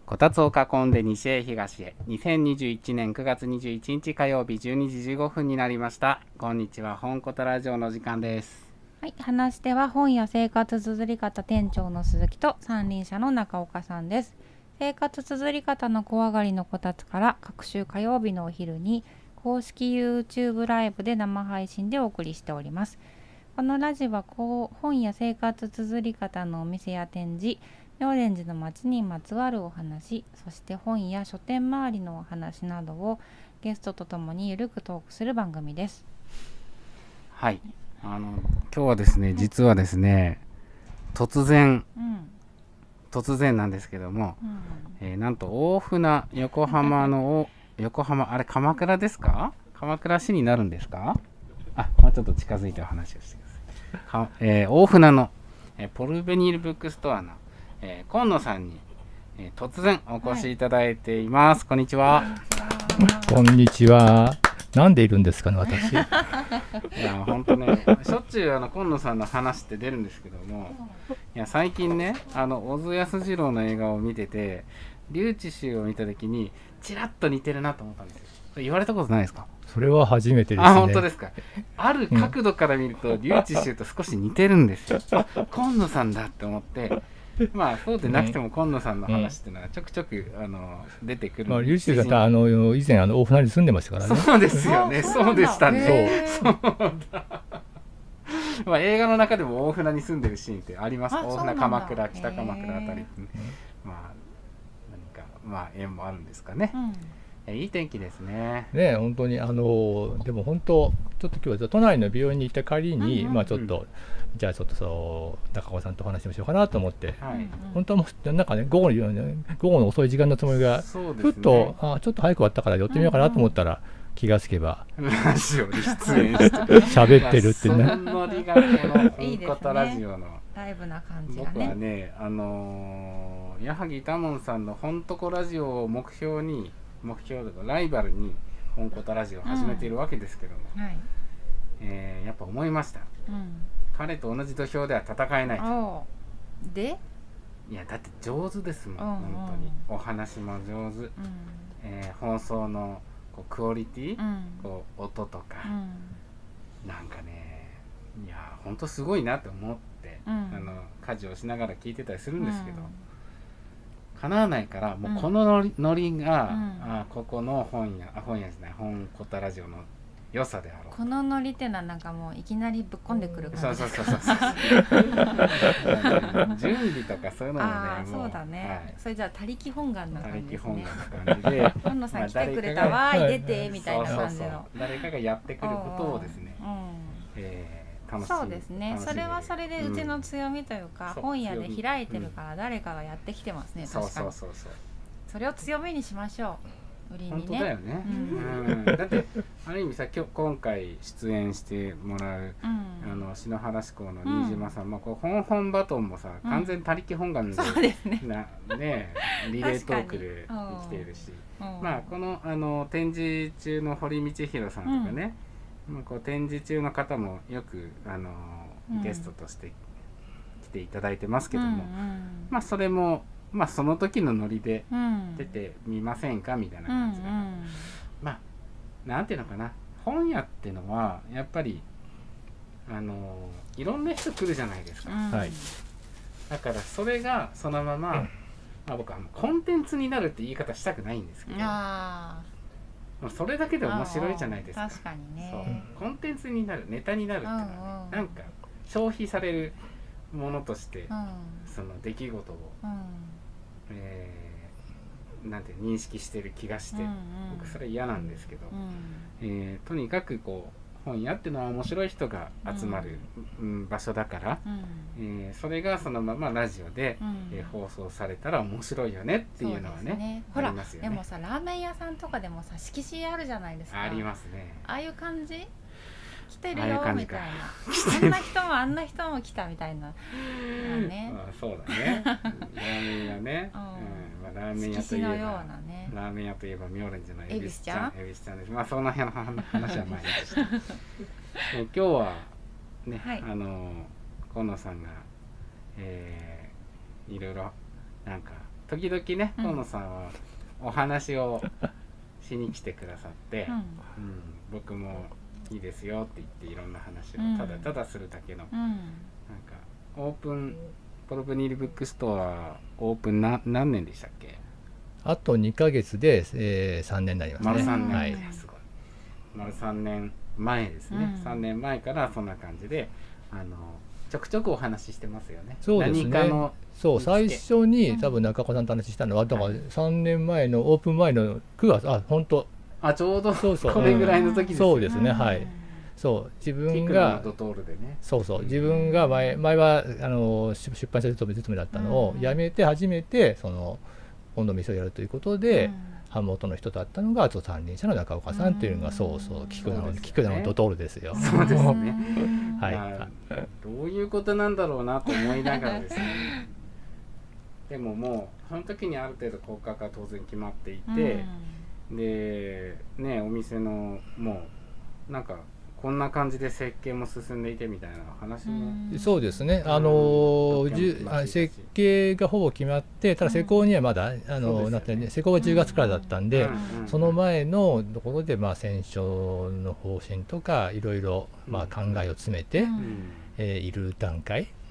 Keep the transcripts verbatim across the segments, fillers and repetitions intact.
こたつを囲んで西へ東へ。にせんにじゅういちねんくがつにじゅういちにち火曜日じゅうにじじゅうごふんになりました。こんにちは、本こたラジオの時間です。 はい、話し手は本や生活綴り方店長の鈴木と三輪車の中岡さんです。生活綴り方の小上がりのこたつから各週火曜日のお昼に公式 YouTube ライブで生配信でお送りしております。このラジオはこう本や生活綴り方のお店や展示、妙蓮寺の街にまつわるお話、そして本や書店周りのお話などをゲストとともにゆるくトークする番組です。 はい、あの今日はですね、実はですね、突然、うん、突然なんですけども、うんえー、なんと大船横浜の横浜あれ鎌倉ですか？鎌倉市になるんですか？あ、もうちょっと近づいてお話をしてください。か、えー、大船の、えー、ポルベニールブックストアの、えー、今野さんに、えー、突然お越しいただいています、はい、こんにちは。 こんにちは。なんでいるんですかね、私。いや本当ね、しょっちゅうあの今野さんの話って出るんですけども、いや最近ね、あの小津安二郎の映画を見てて、笠智衆を見た時にちらっと似てるなと思ったんですよ。言われたことないですか？ それは初めてですね。 あ、本当ですか。ある角度から見ると笠智衆と少し似てるんですよ。あ、今野さんだって思って。まあそうでなくても今野さんの話っていうのはちょくちょくあの出てくる。 まあ、笠智衆さんあの以前あの大船に住んでましたからね。 そうですよね。そうでしたね。そうだ。まあ映画の中でも大船に住んでるシーンってあります。大船鎌倉、北鎌倉あたりってね、まあ何かまあ縁もあるんですかね。うん、いい天気ですね。 ね、本当にあのでも本当ちょっと今日は都内の病院に行った帰りに、うんうん、まあちょっと、うん、じゃあちょっとそう中岡さんとお話しましょうかなと思って、はい、本当はもうなんかね午後の午後の遅い時間のつもりが、ね、ふっとあちょっと早く終わったから寄ってみようかなと思ったら、うんうん、気がつけばラジオに出演して喋ってるってね。 そのノリがこの本こたラジオのライブな感じがね。 僕はね、あのー、矢作多聞さんの本とこラジオを目標に目標とかライバルに本こたラジオを始めているわけですけども、うんはいえー、やっぱ思いました、うん、彼と同じ土俵では戦えないと。 でいやだって上手ですもん、うんうん、本当にお話も上手、うんえー、放送のこうクオリティ、うん、こう音とか、うん、なんかねいや本当すごいなと思って、うん、あの家事をしながら聞いてたりするんですけど、うん叶わないからもうこのノリ、うん、ノリが、うん、あここの本屋あ本屋じゃない本こたラジオの良さであろう。 このノリってのはなんかもういきなりぶっこんでくる感じ。 そうそうそうそう準備とかそういうのもねあもうそうだね、はい、それじゃあ他力本願な感じですね。 他力本願な感じで今野さん来てくれたわーい出てみたいな感じのそうそうそう誰かがやってくることをですね、うんえーそうですね。それはそれでうちの強みというか、うん、本屋で開いてるから誰かがやってきてますね、うん、確かに。そうそうそうそう。それを強みにしましょう。売りにね。 本当だよね。うんうん、だってある意味さ今日今回出演してもらう、うん、あの篠原志向の新島さんも、うん、こう本本バトンもさ、うん、完全他力本願で、 そうですね。 なねリレートークで来ているし、まあこのあの展示中の堀道弘さんとかね。うんまあ、こう展示中の方もよく、あのーうん、ゲストとして来ていただいてますけども、うんうん、まあそれも、まあ、その時のノリで出てみませんかみたいな感じで、うんうん、まあなんていうのかな本屋っていうのはやっぱり、あのー、いろんな人来るじゃないですか、うん、だからそれがそのまま、うんまあ、僕はコンテンツになるって言い方したくないんですけどあそれだけで面白いじゃないですか。 確かにね。 そうコンテンツになるネタになるっていうのはね、なんか消費されるものとして、うん、その出来事を、うんえー、なんて認識してる気がして、うんうん、僕それ嫌なんですけど、うんえー、とにかくこう本屋っていうのは面白い人が集まる、うん、場所だから、うんえー、それがそのままラジオで、うんえー、放送されたら面白いよねっていうのは ね, ねほらありますよね。でもさラーメン屋さんとかでもさ色紙あるじゃないですか。 ありますね。 ああいう感じ来てるよみたいなあんな人もあんな人も来たみたいな、 ねまあ、そうだねラーメン屋ね、うんうんまあ、ラーメン屋といえば、ね、ラーメン屋といえば妙蓮寺の恵比寿ちゃん恵比寿ちゃんです。まあその辺の話は前にして今日はね、はい、あの今野さんが、えー、いろいろなんか時々ね河野さんはお話をしに来てくださって、うんうん、僕もいいですよって言っていろんな話をただただするだけの、うん、なんかオープンポルブニールブックストアオープンな何年でしたっけ？ あとにかげつで、えー、さんねんになりますね。 丸さんねん、はい、すごい丸さんねんまえですね、うん、さんねんまえからそんな感じであのちょくちょくお話ししてますよね。 そうですね。何かのそう最初に多分中岡さんと話したのは、だからさんねんまえのオープン前のくがつ、あ本当あちょうどそうそうこれぐらいの時ですよね。 そうですね、はい。そう自分がドトールでね、 そうそう自分が前前はあの出版社勤め勤めだったのを辞めて初めてその本の店をやるということで。版元の人だったのが三輪車の中岡さんっていうのがそうそう菊名の菊名のドトールですよ。 そうですね。 はい。 どういうことなんだろうなと思いながらですね。でももうその時にある程度効果が当然決まっていて、でねお店のもうなんかこんな感じで設計も進んでいてみたいな話も、 そうですね、あのじゅあ設計がほぼ決まって、ただ施工にはまだ、うん、あのなってね、施工はじゅうがつからだったんで、うん、その前のところでまあ選書の方針とかいろいろまあ考えを詰めて、うん、えー、いる段階、うん、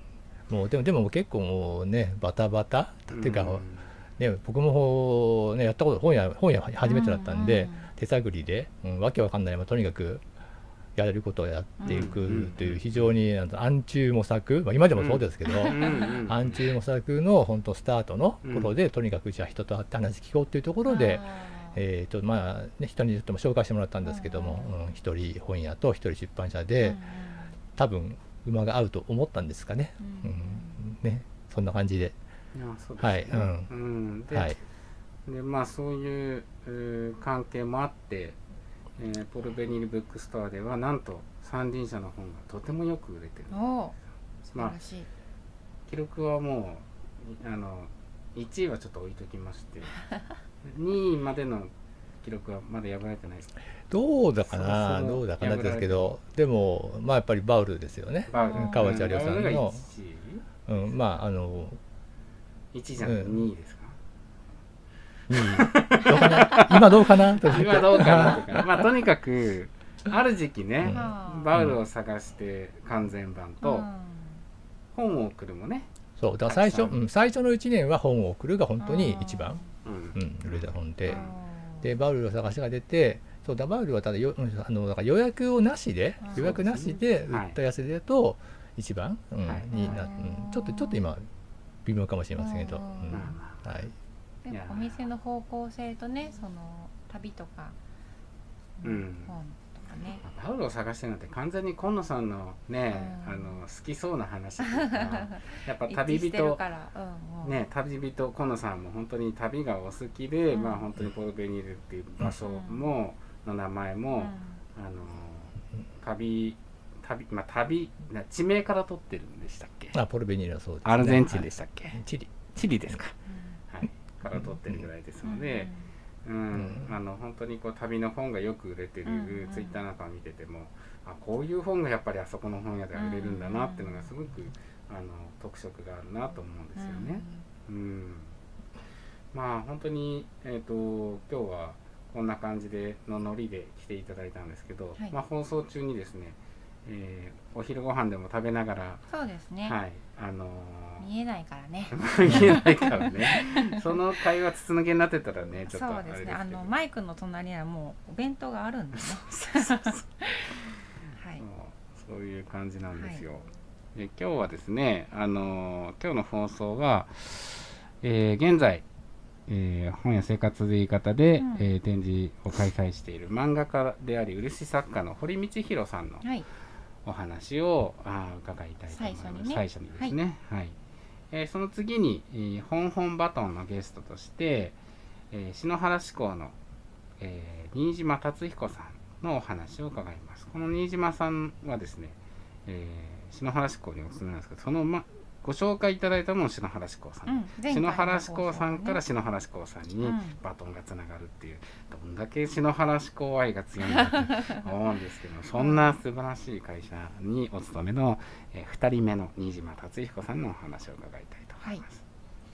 もうでもでも結構もうねバタバタっていうか、ね、僕も、ね、やったこと本屋本屋初めてだったんで、うん、手探りで、うん、わけわかんないままとにかくやれることをやっていくという非常に暗中模索、まあ、今でもそうですけど、暗中模索の本当スタートの頃で、とにかくじゃあ人と会って話聞こうというところで、えーとまあね、人にちょっと紹介してもらったんですけども、うん、一人本屋と一人出版社で多分馬が合うと思ったんですかね、うんうんね、そんな感じで。はい、うん、うん、で、はい、 でまあそういう、えー、関係もあって。えー、ポルベニールブックストアではなんと三輪車の本がとてもよく売れてるんです。 お素晴らしい、まあ、記録はもうあのいちいはちょっと置いときましてにいまでの記録はまだ破られてないですか？ どうだかなどうだかなですけど、でもまあやっぱりバウルですよね。 バウル川内有夫さんの、 うん、 まああのいちいじゃなくてにいですか？ どうかな今どうかな今どうかなとかまあとにかくある時期ね、うん、バウルを探して完全版と、うん、本を送るもね、 そうだから最初、うん、最初のいちねんは本を送るが本当に一番、うんうん、売れた本で、でバウルを探しが出て、そうだバウルはただよあのだから予約をなしで予約なしで売ったやつでと一番、うんはい、にな、うん、ちょっとちょっと今微妙かもしれませんけど、うん、はい。 でもお店の方向性とね、その旅とか、 うん、本とかね。バウルを探してるのって完全に今野さんのね、うん、あの好きそうな話とかやっぱ旅人、うんうん、ね旅人今野さんも本当に旅がお好きで、うん、まあ本当にポルベニールっていう場所も、うん、の名前も、うん、あの旅旅まあ旅地名から取ってるんでしたっけ？ あポルベニールはそうですね。 アルゼンチンでしたっけ？はい、 チリチリですか。から取ってるぐらいですので、うんうんうん、あの本当にこう旅の本がよく売れてる、うんうん、ツイッターなんかを見てても、あこういう本がやっぱりあそこの本屋で売れるんだなっていうのがすごくあの特色があるなと思うんですよね。うんうん、まあ本当に、えーと、今日はこんな感じでのノリで来ていただいたんですけど、はい、まあ、放送中にですね、えー、お昼ご飯でも食べながら、 そうですね、 はい、あのー、 見えないからね見えないからねその会話筒抜けになってたらねちょっとあれですけど、そうですね、 あのマイクの隣にはもうお弁当があるんですねはい、 そういう感じなんですよ、はい、で今日はですね、あのー、今日の放送は、えー、現在、えー、本屋生活で言い方で、うん、えー、展示を開催している漫画家であり漆作家の堀道弘さんのお話を、はい、あ伺いたいと思います。最初にね、最初にですね、はいはい、えー、その次に、えー、本本バトンのゲストとして、えー、篠原志向の、えー、新島達彦さんのお話を伺います。この新島さんはですね、えー、篠原志向におすすめなんですけど、その、ま、ご紹介いただいたのも篠原志向さん、うん、篠原志向さんから篠原志向さんにバトンがつながるっていう、うん、どんだけ篠原志向愛が強いんだと思うんですけどそんな素晴らしい会社にお勤めの、えー、ふたりめの新島達彦さんのお話を伺いたいと思います、はい、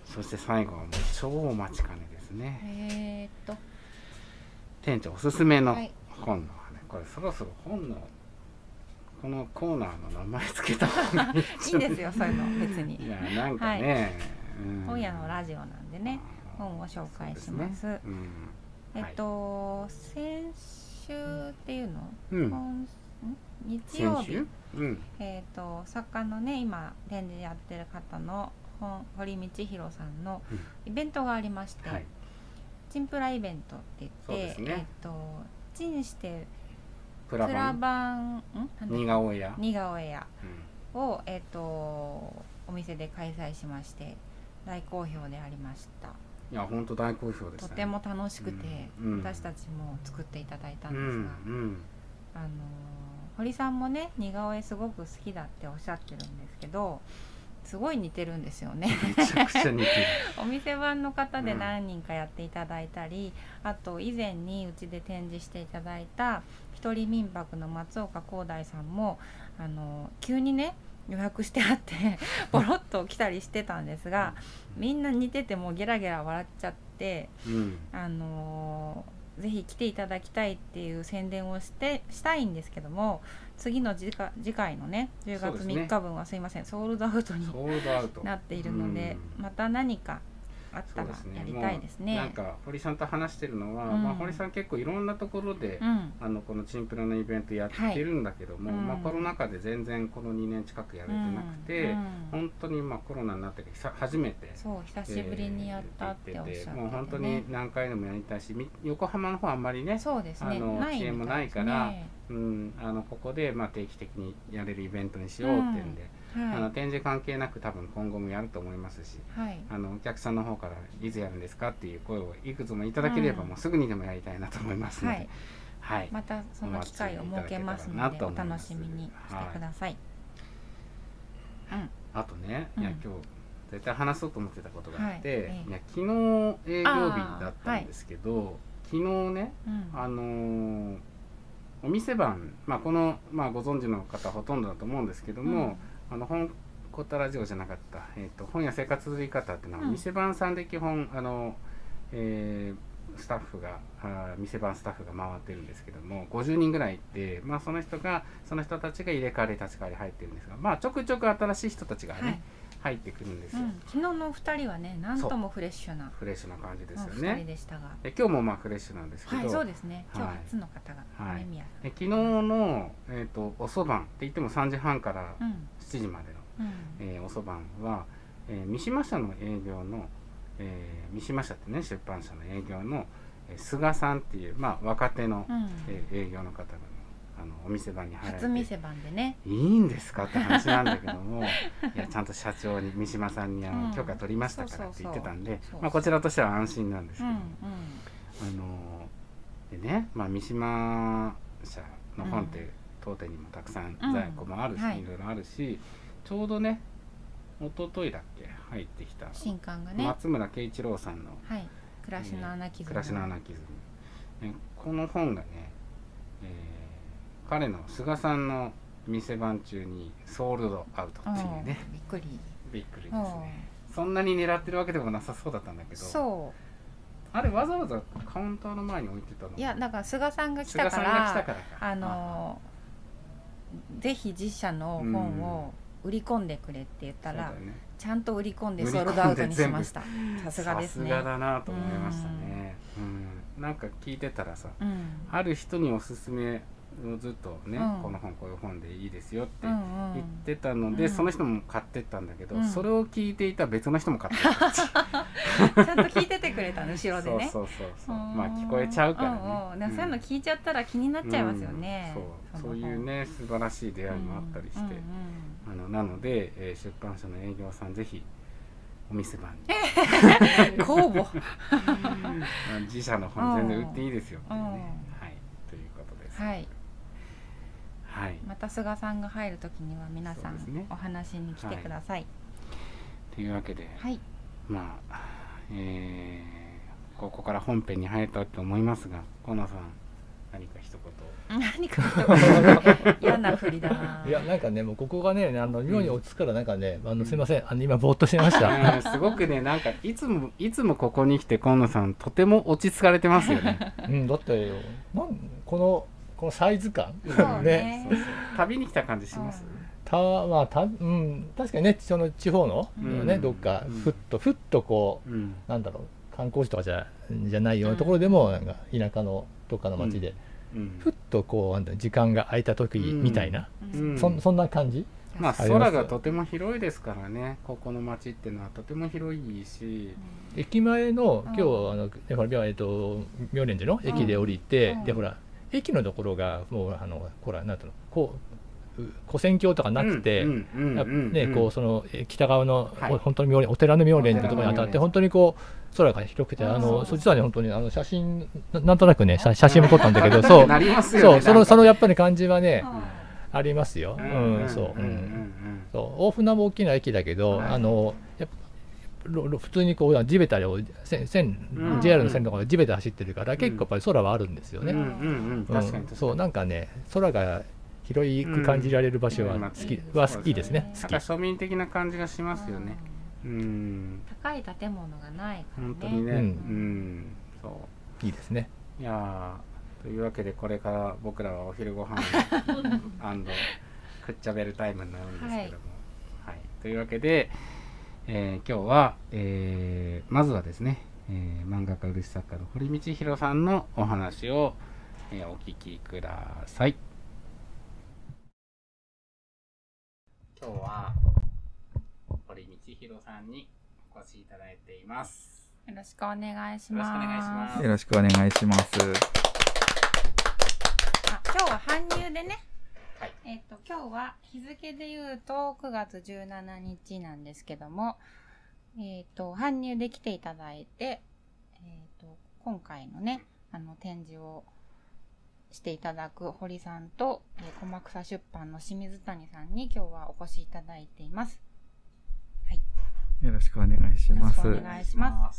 そして最後はもう超お待ちかねですね。 えー、っと店長おすすめのはい本の、ね、これそろそろ本のこのコーナーの名前つけた方がいいいいんですよそういうの別に。 いやなんかね、 はい、 うん、 本屋のラジオなんでね本を紹介します。 ねうん、 えっと、はい、先週っていうの、 うん、 今日曜日、 うん、 えっと作家のね今展示やってる方の本堀道弘さんのイベントがありまして、うんはい、チンプライベントって言って、ね、えっとチンしてプラバン似顔絵屋似顔絵屋を、えっとお店で開催しまして大好評でありました。 いや本当大好評でしたね。 とても楽しくて、うん、私たちも作っていただいたんですが、うんうん、あの堀さんもね似顔絵すごく好きだっておっしゃってるんですけどすごい似てるんですよね。 めちゃくちゃ似てるお店番の方で何人かやっていただいたり、うん、あと以前にうちで展示していただいた一人民泊の松岡光大さんもあの急にね予約してあってポロッと来たりしてたんですがみんな似ててもうゲラゲラ笑っちゃって、うん、あのぜひ来ていただきたいっていう宣伝をしてしたいんですけども次の次回、次回のねじゅうがつみっかぶんはすいませんソールドアウトになっているのでまた何かあったらやりたいですね。 なんか堀さんと話してるのは、うんまあ、堀さん結構いろんなところで、うん、あのこのチンプラのイベントやってるんだけども、はいまあ、コロナ禍で全然このにねん近くやれてなくて、うん、本当にまあコロナになって初めてそう久しぶりにやったっておっしゃってて、ね、 もう本当に何回でもやりたいし横浜の方あんまりねそうですねあの支援もないから、うん、あのここでまあ定期的にやれるイベントにしようっていうんで。うんはい、あの展示関係なく多分今後もやると思いますし、はい、あのお客さんの方からいつやるんですかっていう声をいくつもいただければ、うん、もうすぐにでもやりたいなと思いますので、はいはい、またその機会を設けますのでお楽しみにしてください。 はいうん、あとね、いや今日絶対話そうと思ってたことがあって、はい、いや昨日営業日だったんですけど、はい、昨日ね、うん、あのー、お店番、まあ、この、まあ、ご存知の方ほとんどだと思うんですけども、うん、あの本コタラジオじゃなかった、えーと、本屋生活続り方っていうのは、うん、店番さんで基本あの、えー、スタッフがあ店番スタッフが回ってるんですけどもごじゅうにんぐらいいて、まあ、その人がその人たちが入れ替わり立ち替わり入ってるんですが、まあ、ちょくちょく新しい人たちがね、はい入ってくるんですよ、うん、 昨日のお二人はねなんともフレッシュなフレッシュな感じですよね。 ふたりでしたがで今日もまあフレッシュなんですけど、 はい、そうですね今日初の方が、 はい、で昨日の、えーと、おそばんって言ってもさんじはんからしちじまでの、うんえー、おそばんは、えー、三島社の営業の、えー、三島社ってね出版社の営業の、えー、菅さんっていう、まあ、若手の、うんえー、営業の方があのお店番に入られて初店番でねいいんですかって話なんだけどもいやちゃんと社長に三島さんにあの、うん、許可取りましたからって言ってたんでまあこちらとしては安心なんですけど、うんうん、あのでね、まあ、三島社の本って当店にもたくさん在庫もあるし、うんはい、いろいろあるしちょうどね一昨日だっけ入ってきた新刊がね松村慶一郎さんの、 はい、暮らしの穴傷、 暮らしの穴傷、ね、この本がね、えー彼の菅さんの店番中にソールドアウトっていうねびっくりびっくりですね。そんなに狙ってるわけでもなさそうだったんだけどそうあれわざわざカウンターの前に置いてたのいやだから菅さんが来たからあのぜひ実写の本を売り込んでくれって言ったら、うんね、ちゃんと売り込んでソールドアウトにしました。さすがですね。 さすがだなと思いましたね、うん、なんか聞いてたらさ、うん、ある人におすすめずっとね、うん、この本こういう本でいいですよって言ってたので、うんうん、その人も買ってったんだけど、うん、それを聞いていた別の人も買ってったちゃんと聞いててくれたの後ろでねそうそうそうそうまあ聞こえちゃうからね、 うんうん、そういうの聞いちゃったら気になっちゃいますよね、 うん、そうそういうね素晴らしい出会いもあったりして、うんうんうん、あのなので、えー、出版社の営業さんぜひお店番に公募自社の本全然売っていいですよっていうね、はいということです。 はいはい、 また菅さんが入るときには皆さん、ね、お話に来てください。 と、はい、いうわけで、 はい、 まあ、えー、ここから本編に入ったと思いますが河野さん何か一言何か一言嫌なふりだな。 いやなんかねもうここがねあの妙に落ち着くからなんかね、うん、あのすいませんあの今ぼーっとしてました、 うん、すごくねなんかいつもいつもここに来て今野さんとても落ち着かれてますよね。 うん、だってなんこのこのサイズ感そうねそうそう旅に来た感じします、 うんたまあたうん、確かにねその地方の、うんね、どっかふっとふっとこう、うん、なんだろう観光地とかじゃじゃないようなところでも、うん、なんか田舎のどっかの町で、うん、ふっとこうなんだ時間が空いた時みたいな、うん、そ, そんな感じ。 まあ空がとても広いですからねここの町っていうのはとても広いし、 うん、駅前の今日あのえっと妙蓮寺の駅で降りて、うん、でほら駅のところがもうあのほらなんていうのこう跨線橋とかなくてこうその北側の、はい、本当に妙お寺の妙蓮寺のところに当たって本当にこう空が広くてあのそ実はね本当にあの写真 な, なんとなくね写真も撮ったんだけどそうなりますよね、 そうそのそのやっぱり感じはねありますよ。うんそう大船も大きな駅だけどあのやっぱ普通にこう地べたを線 ジェイアール の線とかで地べた走ってるから結構やっぱり空はあるんですよね。そうなんかね空が広く感じられる場所は好き、うん、は好きですね。 好き。庶民的な感じがしますよね。うん。 高い建物がないからね。 本当にね。うん。うん、そういいですね。 いやというわけでこれから僕らはお昼ご飯アンドくっちゃべるタイムになるんですけども、はい、はい、というわけで、えー、今日は、えー、まずはですね、えー、漫画家漆作家の堀道弘さんのお話を、えー、お聞きください。今日は堀道弘さんにお越しいただいています。 よろしくお願いします。 よろしくお願いします。 あ、今日は搬入でね。はい、えっと今日は日付で言うとくがつじゅうしちにちなんですけども、えっと搬入で来ていただいて、えっと今回のねあの展示をしていただく堀さんと、えー、駒草出版の清水谷さんに今日はお越しいただいています。はい。 よろしくお願いします。 よろしくお願いします。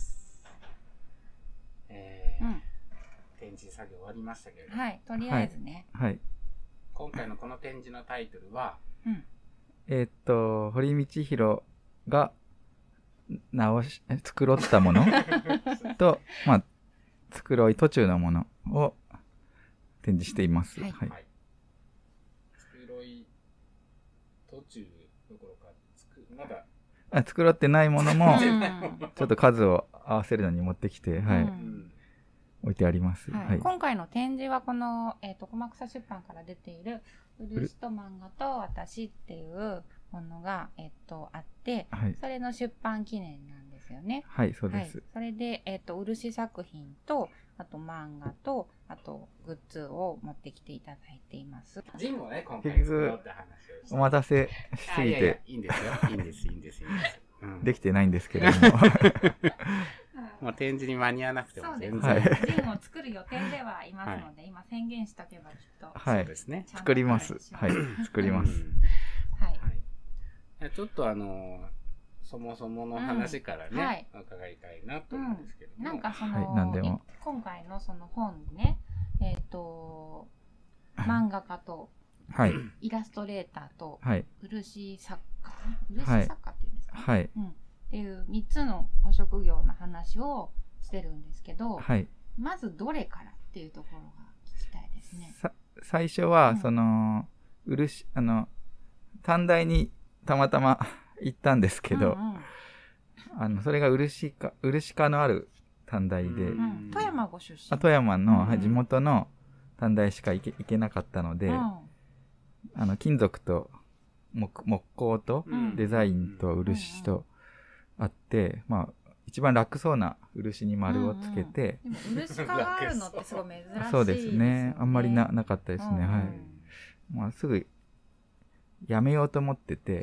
えーうん、展示作業終わりましたけれども、 はい、とりあえずね。 はい。はい、 今回のこの展示のタイトルは、 うん、 えー、っと堀道弘が直し繕ったものと、まあ繕い途中のものを展示しています。はい。はい、 繕い途中どころかつくまだあ繕ってないものもちょっと数を合わせるのに持ってきて、はい、うん、置いてあります。 はいはい、今回の展示はこの、えーと、駒草出版から出ている漆と漫画と私っていうものが、えーと、あって、はい、それの出版記念なんですよね。 はい、そうです。はい、 それで、えーと、漆作品とあと漫画とあとグッズを持ってきていただいています。 ジンもね今回作ろうって話をしてお待たせしすぎて、いやいやいいんですよ、いいんですいいんですいいんです、 うん、できてないんですけれどももう展示に間に合わなくても全然、 そうですね、ジンを作る予定ではいますので、はい、今宣言しとけばきっと、 はい、そうですね、作ります。はい、作ります。 はい、 はい、ちょっとあのそもそもの話からね、うんはい、伺いたいなと思うんですけども、 うん、なんかその、 はい、何でも今回のその本ね、えっ、ー、と漫画家と、 はい、 イラストレーターと、 はい、 漆作家、漆作家っていうんですか、 はい、 うん、っていうみっつのご職業の話をしてるんですけど、 はい、 まずどれからっていうところが聞きたいですね。 さ最初は、うん、その漆あの短大にたまたま行ったんですけど、うんうん、あのそれが漆科漆科のある短大で、うん、 富山ご出身、 あ富山の、うん、地元の短大しか行け、行けなかったので、うん、あの金属と 木, 木工とデザインと漆とあって、うん、まあ一番楽そうな漆に丸をつけて、 うんうん、でも漆科があるのってすごい珍しいですよね。 そうですね、あんまり な, なかったですね、うんうん、はい、まあ、すぐやめようと思ってて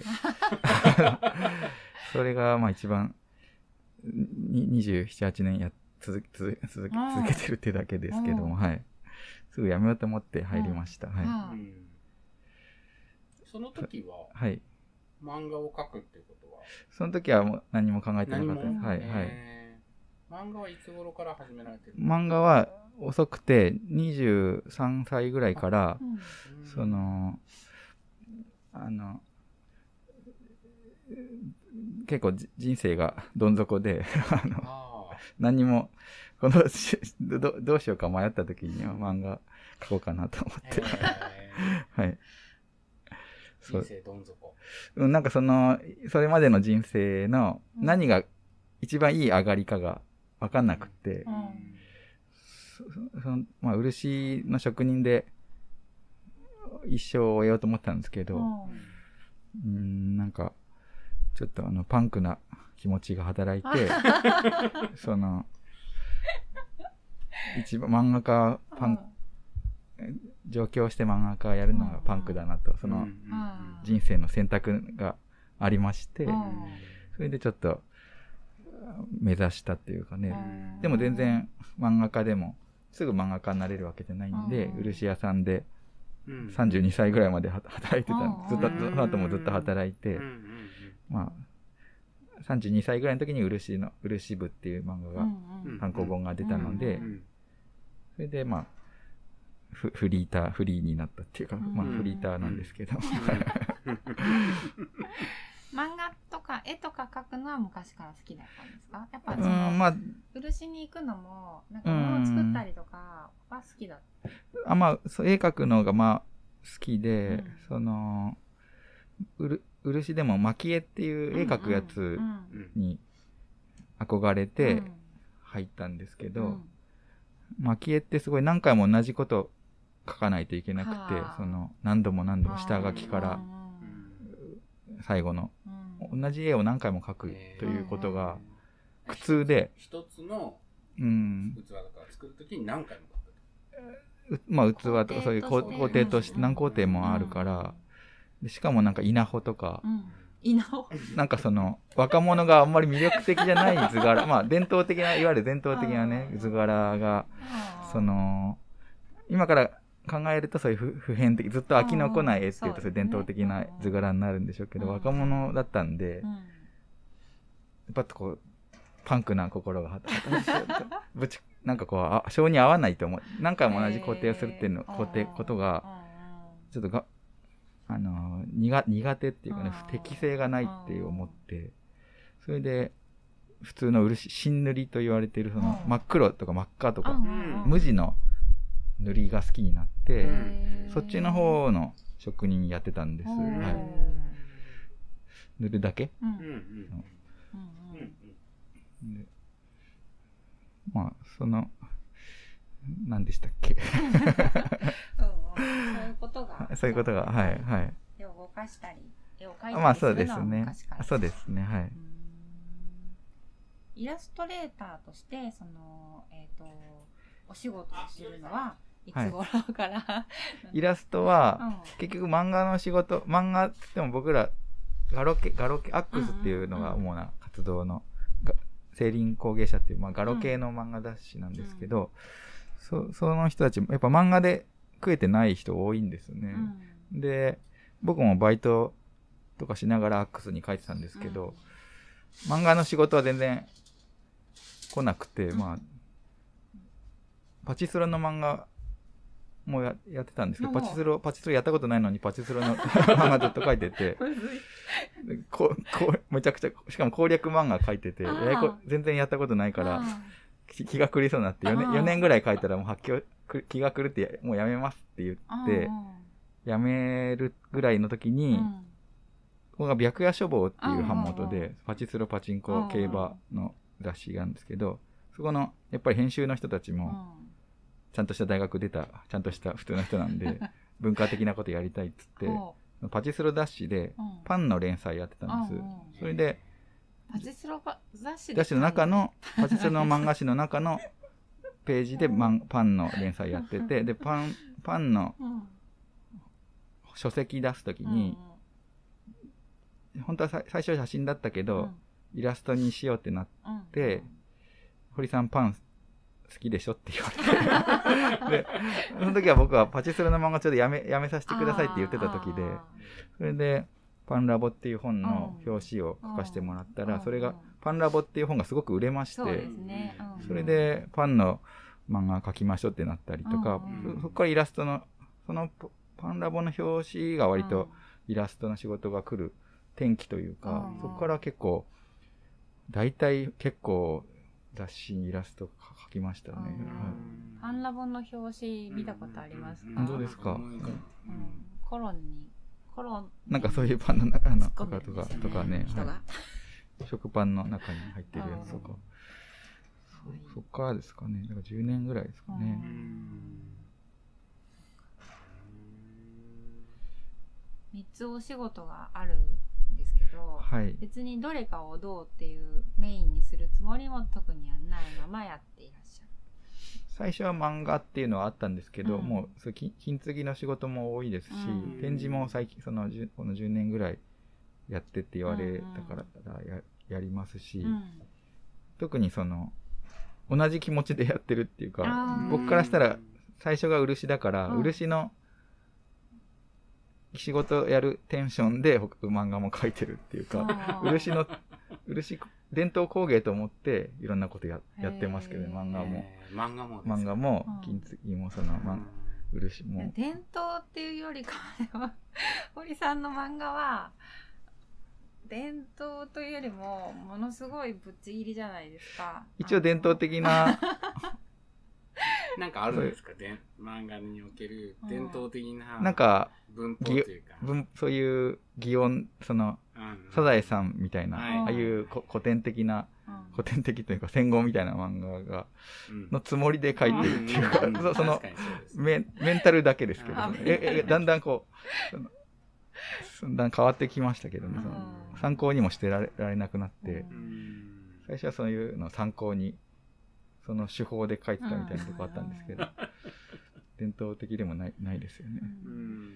それがまあ一番にじゅうなな、はちねんや続, 続, 続, 続けてるってだけですけども、はい、すぐやめようと思って入りました。はい、うん、 その時は、 はい、 漫画を描くってことはその時はもう何も考えてなかったです。はいはい。 漫画はいつ頃から始められてる？ 漫画は遅くてにじゅうさんさいぐらいから、うん、そのあの結構人生がどん底であのあ何もこのどどうしようか迷った時には漫画描こうかなと思ってはい人生どん底なんかそのそれまでの人生の何が一番いい上がりかが分かんなくて、うんそそのまあ、漆の職人で一生を終えようと思ったんですけど、うん、うんなんかちょっとあのパンクな気持ちが働いてその一番漫画家パン、うん、上京して漫画家やるのがパンクだなと、その人生の選択がありまして、うん、それでちょっと目指したっていうかね、うん、でも全然漫画家でもすぐ漫画家になれるわけじゃないんで、うん、漆屋さんでさんじゅうにさいぐらいまで働いてた、うん、ずっとその後もずっと働いて、うん、まあさんじゅうにさいぐらいの時に漆の漆部っていう漫画が単行本が出たので、それでまあフフリーターフリーになったっていうか、まあフリーターなんですけど漫画とか絵とか描くのは昔から好きだったんですか？やっぱその、うんまあ、漆に行くのもなんか物を作ったりとかは好きだった、 うん、あまあそう絵描くのがまあ好きで、うん、そのうる漆でも蒔絵っていう絵描くやつに憧れて入ったんですけど、うん、蒔絵ってすごい何回も同じこと描かないといけなくて、その何度も何度も下書きから最後の同じ絵を何回も描くということが苦痛で、 一つの器だから作るときに何回も描く、まあ器とかそういう工程として何工程もあるから、でしかもなんか稲穂とか、 稲穂なんかその若者があんまり魅力的じゃない図柄まあ伝統的ないわゆる伝統的なね図柄がその今から考えるとそういう普遍的ずっと飽きのこない絵っていうとそういう伝統的な図柄になるんでしょうけど、若者だったんで、パッとこうパンクな心が働いてぶちなんかこうあ性に合わないと思う、何回も同じ工程をするっていうの工程ことがちょっとがあの苦苦手っていうかね適性がないって思って、それで普通の漆新塗りと言われているその真っ黒とか真っ赤とか無地の塗りが好きになって、そっちの方の職人やってたんです。はい、塗るだけ、うんうん、でまあその何でしたっけそういうことがそういうことがはいはい絵を動かしたり絵を描いたりするのはまあそうですねそうですねはい。 イラストレーターとしてそのえっとお仕事をするのはいつ頃から、はい、 イラストは、うん、結局漫画の仕事漫画って言っても僕らガロケガロケアックスっていうのが主な活動の、うんうん、青林工芸社っていう、まあ、ガロ系の漫画雑誌なんですけど、うん、そ, その人たちもやっぱ漫画で食えてない人多いんですね、うん、で僕もバイトとかしながらアックスに書いてたんですけど、うん、漫画の仕事は全然来なくて、うん、まあパチスロの漫画も や, やってたんですけど、パチスロパチスロやったことないのにパチスロの漫画ずっと書いててここめちゃくちゃしかも攻略漫画書いててややこ全然やったことないから気が狂いそうになってよねん, よねんぐらい書いたらもう発狂気が狂ってもうやめますって言ってやめるぐらいの時に、うん、ここが白夜書房っていう版元でパチスロパチンコ競馬の雑誌があるんですけど、そこのやっぱり編集の人たちも、うんちゃんとした大学出たちゃんとした普通の人なんで文化的なことやりたいっつってパチスロ雑誌でパンの連載やってたんです、うん、それでパチスロ雑誌雑誌の中のパチスロの漫画誌の中のページでパンの連載やっててでパンパンの書籍出すときに本当は最初写真だったけどイラストにしようってなって堀さんパン好きでしょって言われてでその時は僕はパチスロの漫画ちょっとやめやめさせてくださいって言ってた時で、それでパンラボっていう本の表紙を書かせてもらったら、それがパンラボっていう本がすごく売れまして、そうですね、うん、それでパンの漫画描きましょうってなったりとか、うん、そこからイラストのそのパンラボの表紙が割とイラストの仕事が来る転機というか、うん、そこから結構大体結構雑誌にイラスト描きましたね、はい、 パンラボの表紙見たことありますか？ どうですか？うん、 コロンにコロンなんかそういうパンの中のとかとかとかね、はい、食パンの中に入ってるやつとか、そ, そっからですかね。だからじゅうねんぐらいですかね。 みっつお仕事があるんですけど、はい、別にどれかをどうっていうメインにするつもりも特にはないままやっていらっしゃる。 最初は漫画っていうのはあったんですけど、うん、もうそ金継ぎの仕事も多いですし、うん、展示も最近そのこのじゅうねんぐらいやってって言われたからや、やりますし、うん、特にその同じ気持ちでやってるっていうか、僕からしたら最初が漆だから、うん、漆の仕事やるテンションで漫画も描いてるっていうか、漆の漆伝統工芸と思っていろんなこと や, やってますけどね。漫画も漫画も漫画も金継ぎもその、ま、漆も伝統っていうよりかは堀さんの漫画は伝統というよりもものすごいぶっちぎりじゃないですか。 一応伝統的ななんかあるんですか？で漫画における伝統的ななんか文法というか、 文そういう擬音、その、うん、サザエさんみたいな、はい、ああいう古典的な、うん、古典的というか戦後みたいな漫画が、うん、のつもりで描いてるっていうか、うん、そ, そのメメンタルだけですけど、ね、ええだんだんこうだんだん変わってきましたけどね、その参考にもしてら れ, られなくなって、うん、最初はそういうのを参考にその手法で描いてたみたいなとこあったんですけど、伝統的でもない、ないですよね。 うん。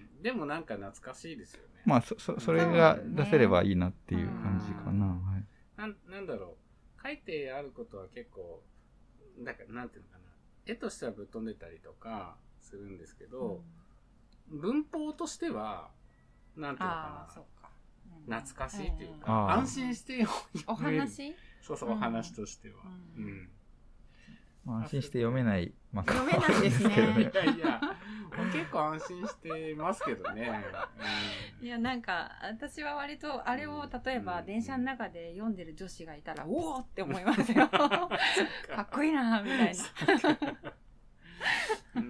でもなんか懐かしいですよね。 まあ、そ、そ、それが出せればいいなっていう感じかな。はい。 なん、なんだろう。書いてあることは結構、だから、なんていうのかな。絵としてはぶっ飛んでたりとかするんですけど、うん、文法としては、なんていうのかな。そうか。うん、懐かしいっていうか、安心してお話そうそう、お話としては。うん。うんまあ、安心して読めない漫画読めないですね。いやいや、結構安心してますけどね。 うん、いや、なんか、私は割と、あれを例えば電車の中で読んでる女子がいたら、うん、おーって思いますよ。かっこいいな、みたいな。 うん。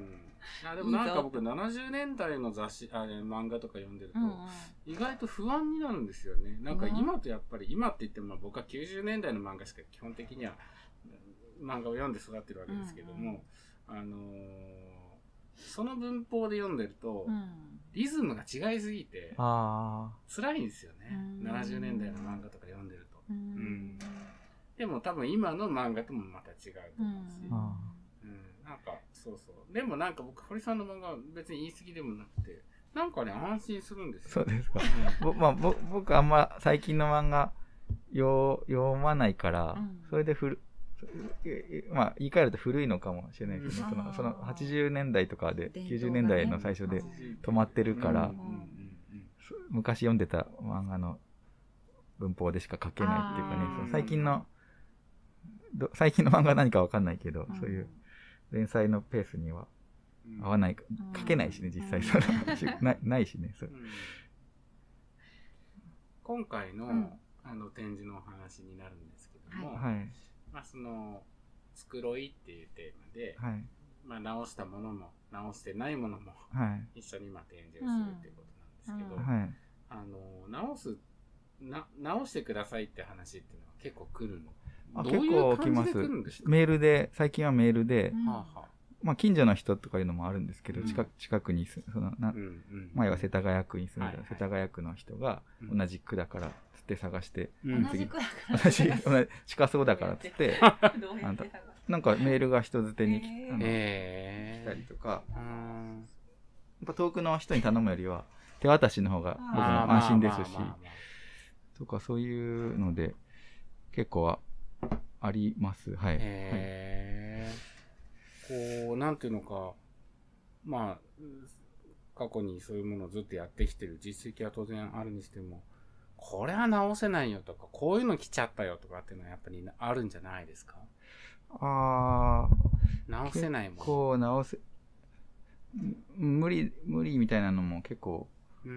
あでもなんか僕ななじゅうねんだいの雑誌、あれ、漫画とか読んでると、うんうん、意外と不安になるんですよね。なんか今とやっぱり、今って言っても僕はきゅうじゅうねんだいの漫画しか基本的には、漫画を読んで育ってるわけですけども、うんうん、あのー、その文法で読んでると、うん、リズムが違いすぎて辛いんですよね、うん、ななじゅうねんだいの漫画とか読んでると、うんうん、でも多分今の漫画ともまた違うと思うし、うんうん、なんかそうそうでもなんか僕堀さんの漫画は別に言い過ぎでもなくてなんかね安心するんですよ。そうですか、うん、まあ僕あんま最近の漫画読まないから、うん、それでふるまあ言い換えると古いのかもしれないですね。そのそのはちじゅうねんだいとかで、きゅうじゅうねんだいの最初で止まってるから、昔読んでた漫画の文法でしか書けないっていうかね、その最近の最近の漫画は何かわかんないけど、そういう連載のペースには合わない、書けないしね、実際そのなないしね。それ今回のあの展示のお話になるんですけども。はい。まあ、その繕いっていうテーマで、はい、まあ、直したものも直してないものも、はい、一緒に今展示をするっていうことなんですけど、うんはい、あの直すな直してくださいって話っていうのは結構来るの。 あどういう感じで来るんですか？メールで最近はメールで、うんまあ、近所の人とかいうのもあるんですけど、うん、近, 近くにそのな、うんうん、前は世田谷区に住んでた、はいはい、世田谷区の人が同じ区だからつって探して、 うん、同じ区だから同じ同じ近そうだからつってあんたなんかメールが人づてに来、えー、来たりとか、やっぱ遠くの人に頼むよりは手渡しの方が僕も安心ですしとかそういうので結構はありますはい、 えーはい、こうなんていうのかまあ過去にそういうものをずっとやってきてる実績は当然あるにしてもこれは直せないよとか、こういうの来ちゃったよとかっていうのはやっぱりあるんじゃないですか？ ああ、 直せないもん。 こう直せ、無理、無理みたいなのも結構、うん、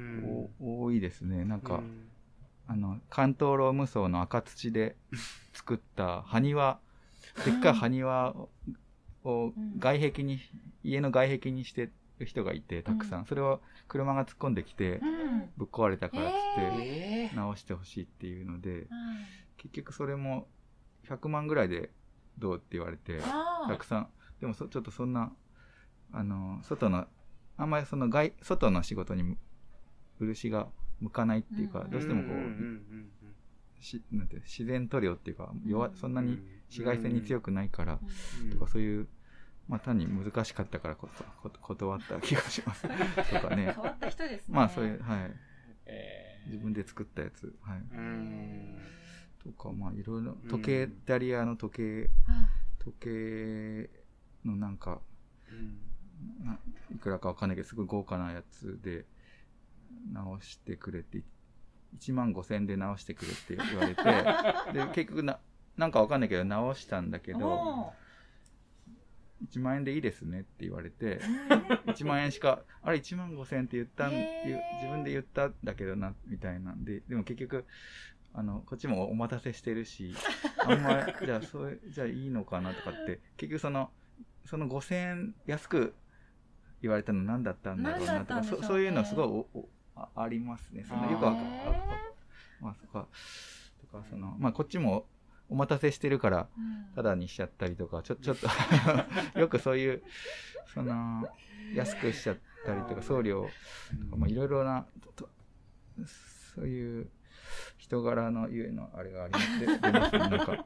多いですね。なんか、うん、あの、関東ローム層の赤土で作った埴輪、でっかい埴輪を外壁に、家の外壁にしてる人がいて、たくさん。それを車が突っ込んできて、ぶっ壊れたからっつって直してほしいっていうので、結局それもひゃくまんぐらいでどうって言われて、たくさん。でもそちょっとそんな、あの、外の、あんまりその外、外の仕事に漆が向かないっていうか、どうしてもこう、しなんて自然塗料っていうか、弱、そんなに紫外線に強くないから、とかそういう、まあ単に難しかったからこそこ断った気がします。とかね。 変わった人ですね。 まあそういう、はい。えー、自分で作ったやつ。はい。うんとか、まあいろいろ、時計、イタリアの時計、時計のなんか、いくらかわかんないけど、すごい豪華なやつで直してくれて、いちまんごせんえんで直してくれって言われて、で、結局な、なんかわかんないけど直したんだけど、いちまんえんでいいですねって言われて、いちまんえんしか、あれいちまんごせんえんって言ったん、自分で言ったんだけどな、みたいなんで、でも結局、あの、こっちもお待たせしてるし、あんまり、じゃあ、そう、じゃあいいのかなとかって、結局その、そのごせんえん安く言われたの何だったんだろうなとか、そ, そういうのすごいおお あ, ありますね。そのよくわかる。まあ、そか、とか、その、まあ、こっちもお待たせしてるから、ただにしちゃったりとか、ちょ、ちょっと、よくそういう、その、安くしちゃったりとか、送料とか、まあ、いろいろな、とそういう人柄のゆえのあれがありますね。出ますね、なんか。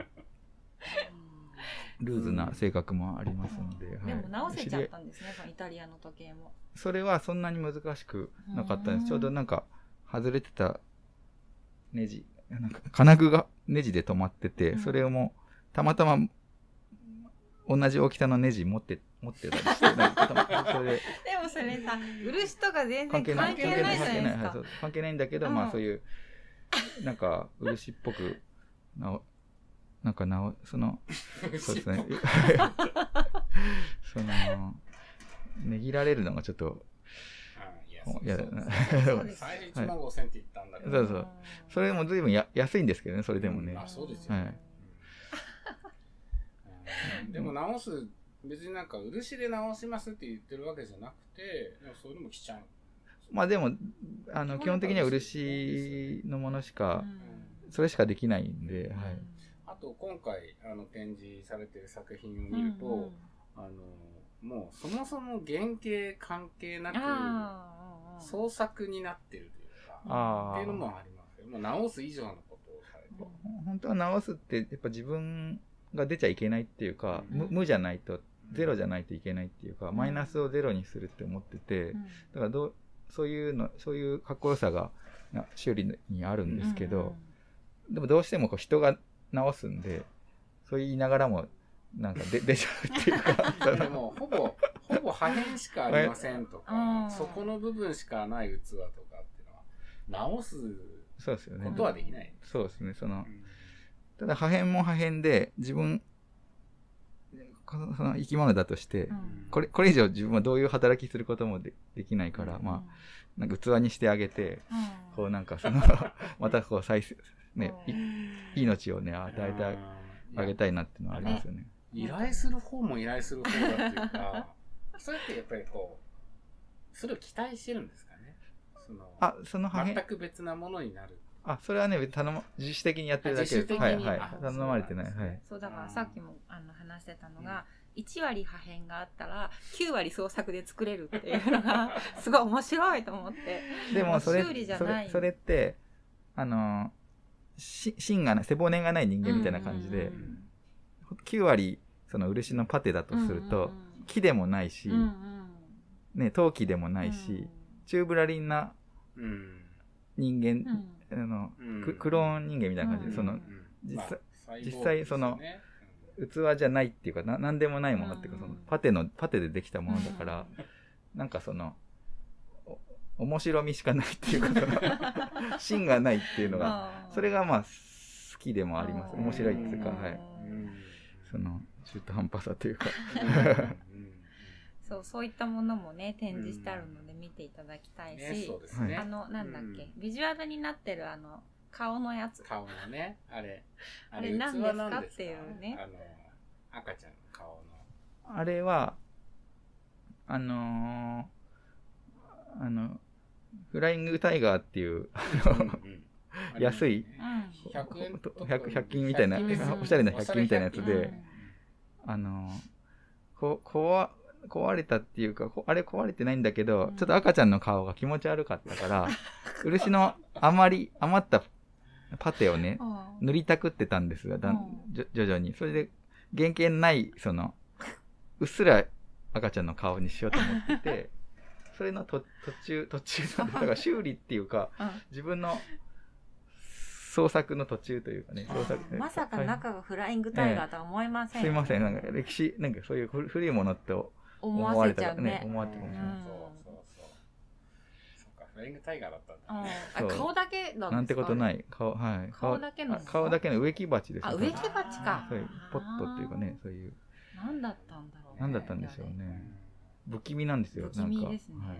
ルーズな性格もありますので、 うんはい、でも直せちゃったんですね、イタリアの時計も。 それはそんなに難しくなかったんです。ちょうどなんか外れてたネジ、なんか金具がネジで止まってて、うん、それをもうたまたま同じ大きさのネジ持って持ってたりして、なんかそれで。 でもそれさ、漆とか全然関係ないじゃないですか。関係ない、はい、そう関係ないんだけど、うん、まあそういうなんか漆っぽくななんかなお、その、そうですね。その、ねぎられるのがちょっと、 嫌だな。最初いちまんごせんって言ったんだけど。 そうそう。それも随分や安いんですけどね、それでもね。 あ、そうですよね。でも直す、別になんか漆で直しますって言ってるわけじゃなくて、それでも来ちゃう。 まあでも、あの、基本的には漆のものしか、それしかできないんで、はい。 あと今回あの展示されている作品を見ると、うんうん、あのもうそもそも原型関係なく創作になってるというかっていうのもありますよ。もう直す以上のことをされてる。 本当は直すってやっぱ自分が出ちゃいけないっていうか、うん、無, 無じゃないとゼロじゃないといけないっていうか、うん、マイナスをゼロにするって思ってて、うん、だからどうそういうのそういうかっこよさが修理にあるんですけど、うんうん、でもどうしてもこう人が直すんで、そう言いながらも、なんか出、出ちゃうっていうか。 でも、ほぼ、ほぼ破片しかありませんとか、そこの部分しかない器とかっていうのは、直すことはできない。 そうですね。その、うん、ただ破片も破片で、自分、その生き物だとして、うん、これ、これ以上自分はどういう働きすることも で, できないから、うん、まあ、なんか器にしてあげて、うん、こうなんかその、またこう再生、ね、命をね、与えてあげたいなっていうのはありますよね。 依頼する方も依頼する方だっていうか、それってやっぱりこう、それを期待してるんですかね。その、 あ、その全く別なものになる。 あ、それはね、頼ま、自主的にやってるだけです。はい、はい。頼まれてない。はい。 そう、だからさっきもあの話してたのが、うん、いちわり破片があったら、きゅうわり創作で作れるっていうのが、すごい面白いと思って。 でもそれ、修理じゃない。それ、それって、あの、し芯がない、背骨がない人間みたいな感じで、うんうんうん、きゅうわりその漆のパテだとすると、うんうん、木でもないし、うんうん、ね、陶器でもないし、うん、チューブラリンな人間、うん、あの、うん、クローン人間みたいな感じで、うん、その、実際、まあ、実際その、器じゃないっていうか、な、なんでもないものっていうか、その、パテの、パテでできたものだから、なんかその、 面白みしかないっていうか芯がないっていうのがそれがまあ好きでもあります。面白いっていうか、はい、その中途半端さというかそう、そういったものもね展示してあるので見ていただきたいし、うんねね、あのなんだっけ、うん、ビジュアルになってるあの顔のやつ、 顔のね、あれあれ何ですかっていうね、 あの赤ちゃんの顔のあれはあのー、あのフライングタイガーっていう安いひゃく均みたいなおしゃれなひゃく均みたいなやつで、うん、あのここ壊れたっていうかあれ壊れてないんだけど、うん、ちょっと赤ちゃんの顔が気持ち悪かったから漆の余り余ったパテをね塗りたくってたんですがだん徐々にそれで原型ないそのうっすら赤ちゃんの顔にしようと思っててそれのと途中途中なんでだから修理っていうか自分の創作の途中というかね、創作まさか中がフライングタイガーとは思いません、 ねえー、すいません、なんか歴史なんかそういう古いものって思われたらね、思われてるかもしれない。 そうそうそう。そうか、フライングタイガーだったんだ、ね。 あ、顔だけなんですか。 なんてことない。顔はい。 顔だけの。 顔だけの植木鉢です。 あ、植木鉢か。 そういうポットっていうかね、そういう。 なんだったんだろう、ね。 なんだったんでしょうね。不気味なんですよ。 不気味ですね。 はい、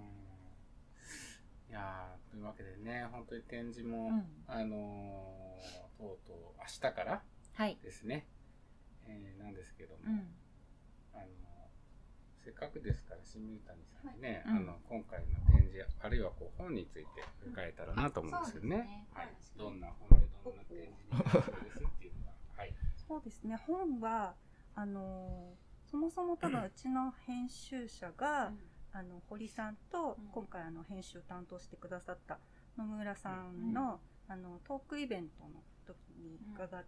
いやーというわけでね、本当に展示も、うん、あのー、とうとう明日からですね、はい、えー、なんですけども、うん、あのー、せっかくですから清水谷さんにね、はい、あの今回の展示あるいはこう本について伺えたらなと思うんですけどね、うんね、はい、どんな本でどんな展示になるですっていうのが、はい、 そうですね、本はあのー、そもそも多分うちの編集者が、うんあの堀さんと今回あの編集担当してくださった野村さんの、うん、あのトークイベントの時に伺って、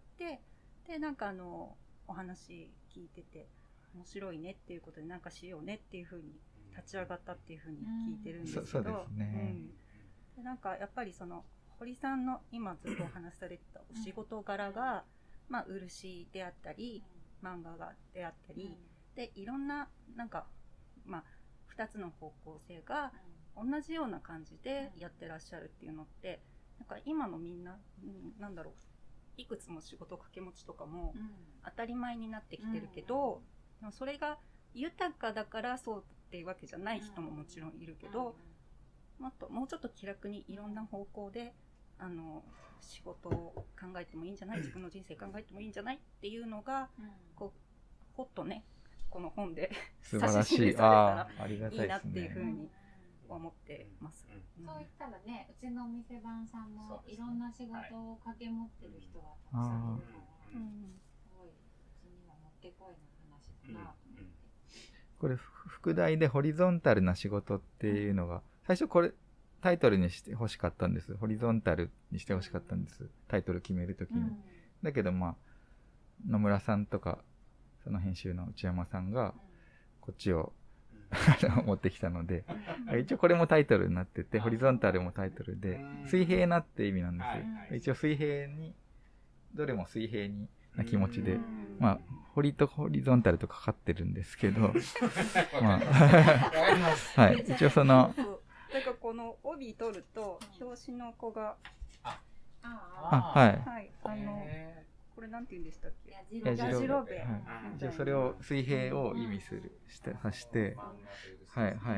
うん、でなんかあのお話聞いてて面白いねっていうことでなんかしようねっていう風に立ち上がったっていう風に聞いてるんですけど、 そうですね、 うん、でなんかやっぱりその堀さんの今ずっとお話しされてたお仕事柄が、まあ、漆であったり漫画がであったりでいろんななんかまあふたつの方向性が同じような感じでやってらっしゃるっていうのってなんか今のみんな、うん、なんだろういくつも仕事掛け持ちとかも当たり前になってきてるけど、うん、それが豊かだからそうっていうわけじゃない人ももちろんいるけど、もっともうちょっと気楽にいろんな方向であの仕事を考えてもいいんじゃない、自分の人生考えてもいいんじゃないっていうのが、うん、こうほっとねこの本で素晴らしい、 指し示されたらいいなっていうふうに思ってます。 うん、そういったらね、うちのお店番さんもいろんな仕事を掛け持ってる人がたくさんいるから、うん、すごいうちにはもってこいな話だなと思って。 これ副題でホリゾンタルな仕事っていうのが最初これタイトルにしてほしかったんです。ホリゾンタルにしてほしかったんです。タイトル決めるときに、うん。だけどまあ野村さんとかその編集の内山さんがこっちを持ってきたので、一応これもタイトルになってて、ホリゾンタルもタイトルで、水平なって意味なんですよ。一応水平に、どれも水平にな気持ちで、まあ、ホリとホリゾンタルとかかってるんですけど、まあ、はい、一応その、 なんかこの帯取ると、表紙の子が、 あ、はい。 はい、あの、これなんて言うんでしたっけ？ やじろべ。 じゃあそれを水平を意味するして発して、はいはい。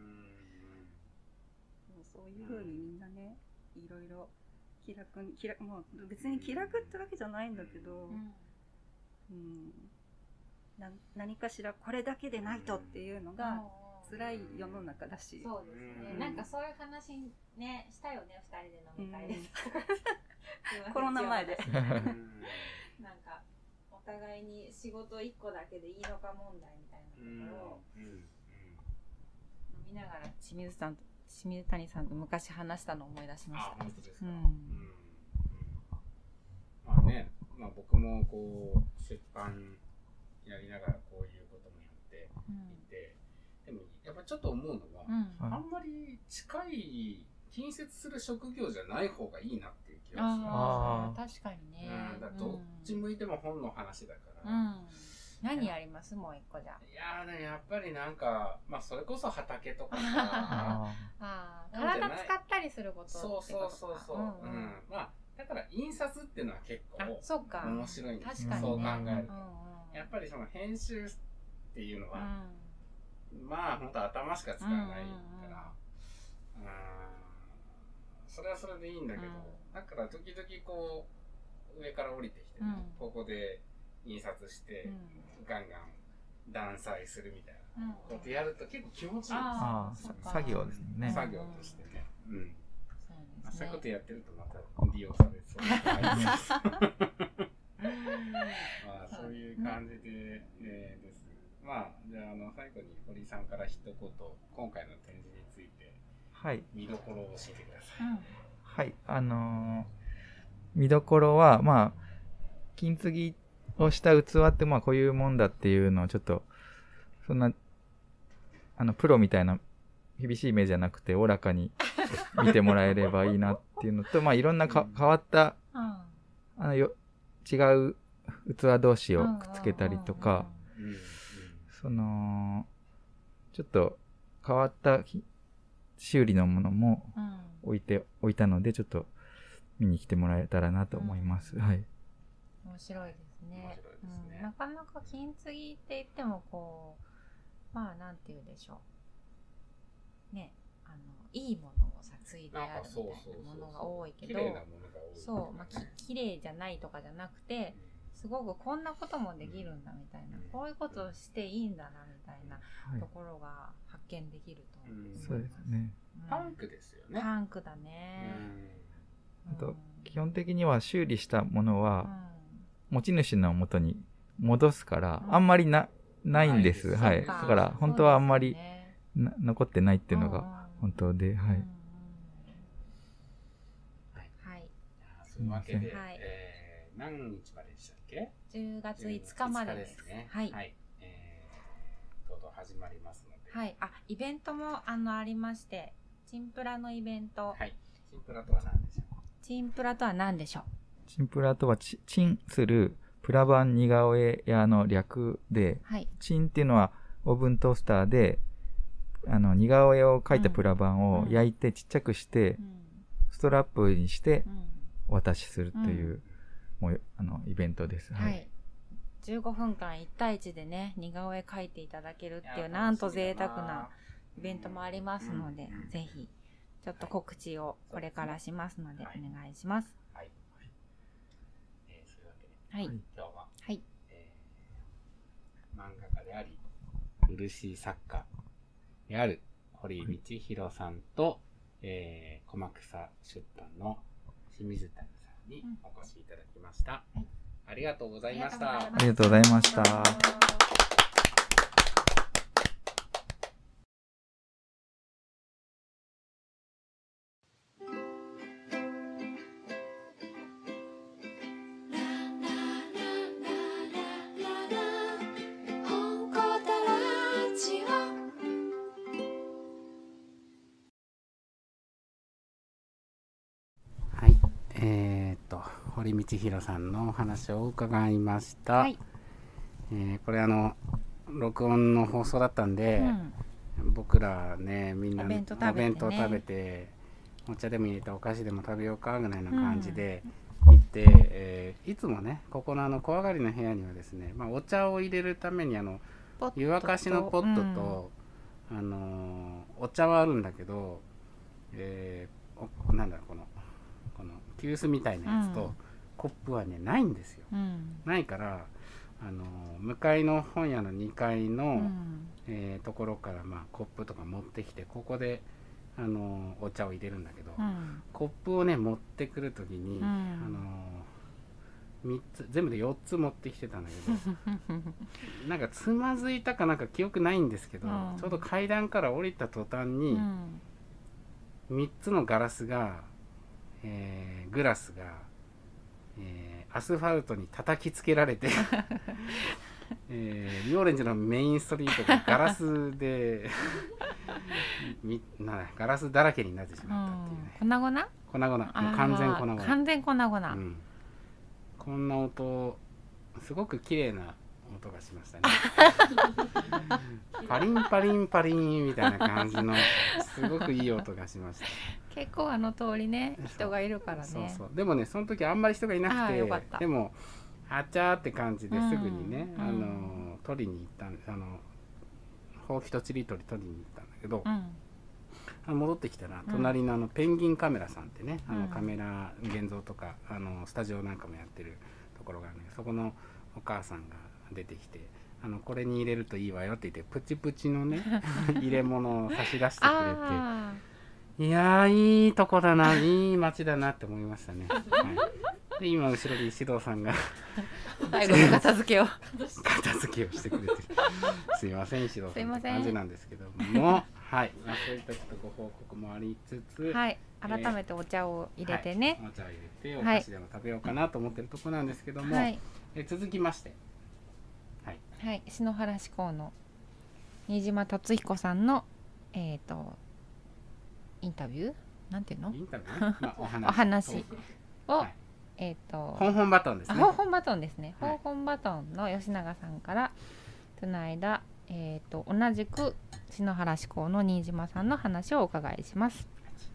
そういう風にみんなね、いろいろ気楽に気楽もう別に気楽ってわけじゃないんだけど、うん、な何かしらこれだけでないとっていうのが辛い世の中だし。 そうですね。うん、なんかそういう話ねしたよね、二人で飲み会で。うんコロナ前でなんかお互いに仕事いっこだけでいいのか問題みたいなところを飲みながら清水さんと清水谷さんと昔話したのを思い出しました。 あ、本当ですか。うんうんうん、まあね、まあ、僕もこう出版やりながらこういうこともやっていて、うん、でもやっぱちょっと思うのは、うん、あんまり近い近接する職業じゃない方がいいなっていう気がしますね。 ああ、確かにね。 うん、だどっち向いても本の話だから、うん、 何ありますもう一個じゃ。 いやーね、やっぱりなんか、まあそれこそ畑とかさああ、体使ったりすることそうそうそうそう、うんうん、まあだから印刷っていうのは結構面白いんですよ、ね、そう考えると、うんうん、やっぱりその編集っていうのは、うん、まあ本当頭しか使わないから、うんうんうん、それはそれでいいんだけど、うん、だから時々こう上から降りてきて、ね、うん、ここで印刷して、うん、ガンガン断裁するみたいなことやると結構気持ちいいですよ、 ああ、作業ですね。 作業としてね。うん。そうそういうことやってるとまた利用されそうな感じです。まあそういう感じで、えー、です。まあじゃああの最後に堀井さんから一言今回の展示について、 はい、 見どころを教えてください。うん、 はい、あのー、見どころはまあ金継ぎをした器ってまあこういうもんだっていうのをちょっとそんなあのプロみたいな厳しい目じゃなくておおらかに見てもらえればいいなっていうのと、まあいろんなか変わった、うん、あのよ違う器同士をくっつけたりとか、そのちょっと変わった修理のものも置いておいたのでちょっと見に来てもらえたらなと思います。うん、はい。 面白いですね。うん、なかなか金継ぎって言ってもこうまあなんて言うでしょうね、あのいいものをさ継いであるみたいなものが多いけど、そうまあき綺麗じゃないとかじゃなくて、すごくこんなこともできるんだみたいな、こういうことをしていいんだなみたいなところが発見できると思います。 そうですね。 パンクですよね。 パンクだね。 あと基本的には修理したものは持ち主の元に戻すから、あんまりなないんです。はい。だから本当はあんまりな残ってないっていうのが本当で、はい。 はい。 そういうわけで、えー、何日まででしたっけ？ じゅうがついつかまでですね。はい。 はい。えー、とうとう始まりますので。 はい。あ、イベントもあのありまして、チンプラのイベント。 はい。チンプラとは何でしょう？ チンプラとは何でしょう？ チンプラとはチンするプラバン似顔絵屋の略で、はい、チンっていうのはオーブントースターであの似顔絵を描いたプラバンを焼いてちっちゃくして、うん、ストラップにしてお渡しするという、うん、もうあのイベントです。 はい。はい、じゅうごふんかんいち対いちでね似顔絵描いていただけるっていうなんと贅沢なイベントもありますので、うん、ぜひちょっと告知をこれからしますのでお願いします。 はい。えー、そういうわけで、 はい、 今日は、 はいえー、漫画家であり漆作家である堀井道弘さんと、はい、えー、駒草出版の清水谷さんにお越しいただきました。うん、はい、ありがとうございました。 ありがとうございました。 堀道弘さんのお話を伺いました。はい、えー、これあの録音の放送だったんで、うん、僕らねみんなお弁当食べて、ね、お弁当食べてお茶でも入れたお菓子でも食べようかぐらいな感じで行って、うん、えー、いつもねここのあの小上がりの部屋にはですね、まあ、お茶を入れるためにあの湯沸かしのポットと、うん、あのー、お茶はあるんだけど、えー、なんだろうこのこの急須みたいなやつと、うん、コップはねないんですよ、うん、ないからあの向かいの本屋のにかいの、うん、えー、ところから、まあ、コップとか持ってきてここであのお茶を入れるんだけど、うん、コップをね持ってくるときに、うん、あのみっつ全部でよっつ持ってきてたんだけどなんかつまずいたかなんか記憶ないんですけど、うん、ちょうど階段から降りた途端に、うん、みっつのガラスが、えー、グラスがえー、アスファルトに叩きつけられて、えー、妙蓮寺のメインストリートがガラスでみなガラスだらけになってしまったっていうね。 粉々？ 粉々。もう完全粉々。 完全粉々。 うん。こんな音、すごく綺麗な音がしましたねパリンパリンパリンみたいな感じのすごくいい音がしました結構あの通りね人がいるからね。 そうそうでもねその時あんまり人がいなくて、 よかった。 でもあちゃーって感じですぐにね、 うん、 あの取りに行ったんです。あのほうきとちり取り取りに行ったんだけど、うん、戻ってきたら隣のあのペンギンカメラさんってね、うん、あのカメラ現像とかあのスタジオなんかもやってるところがあるんだけど、そこのお母さんが出てきて、あのこれに入れるといいわよって言ってプチプチのね入れ物を差し出してくれていやーいいとこだないい街だなって思いましたね、はい、で今後ろに指導さんが最後の片付けを片付けをしてくれてるすいません指導さんって感じなんですけどもはい、まあ、そういったちょっとご報告もありつつ、 はい、改めてお茶を入れてね、 えーはい、お茶を入れてお菓子でも食べようかなと思ってるところなんですけども、はい、えー、続きましてはい、 はい、篠原志功の新島達彦さんのえっ、ー、とインタビューなんていうの？ インタビュー？まあ、お話, お話を、はい、えっ、ー、と本本バトンですね。 本本バトンですね。はい、本本バトンの吉永さんからつないだえっ、ー、と同じく篠原志功の新島さんの話をお伺いします。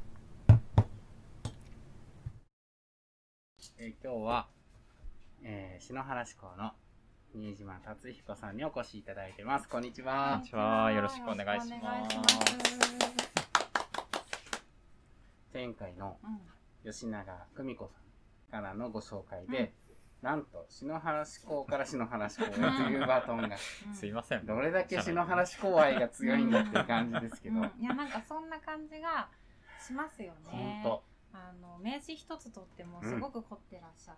えー、今日は、えー、篠原志功の新島達彦さんにお越しいただいてます。こんにちは。 こんにちは。よろしくお願いします。 前回の吉永久美子さんからのご紹介で、うん、なんと篠原志功から篠原志功へというバトンがすいません。 どれだけ篠原志功愛が強いんだっていう感じですけど、うん、 いやなんかそんな感じがしますよね。 本当。 あの名刺一つとってもすごく凝ってらっしゃって、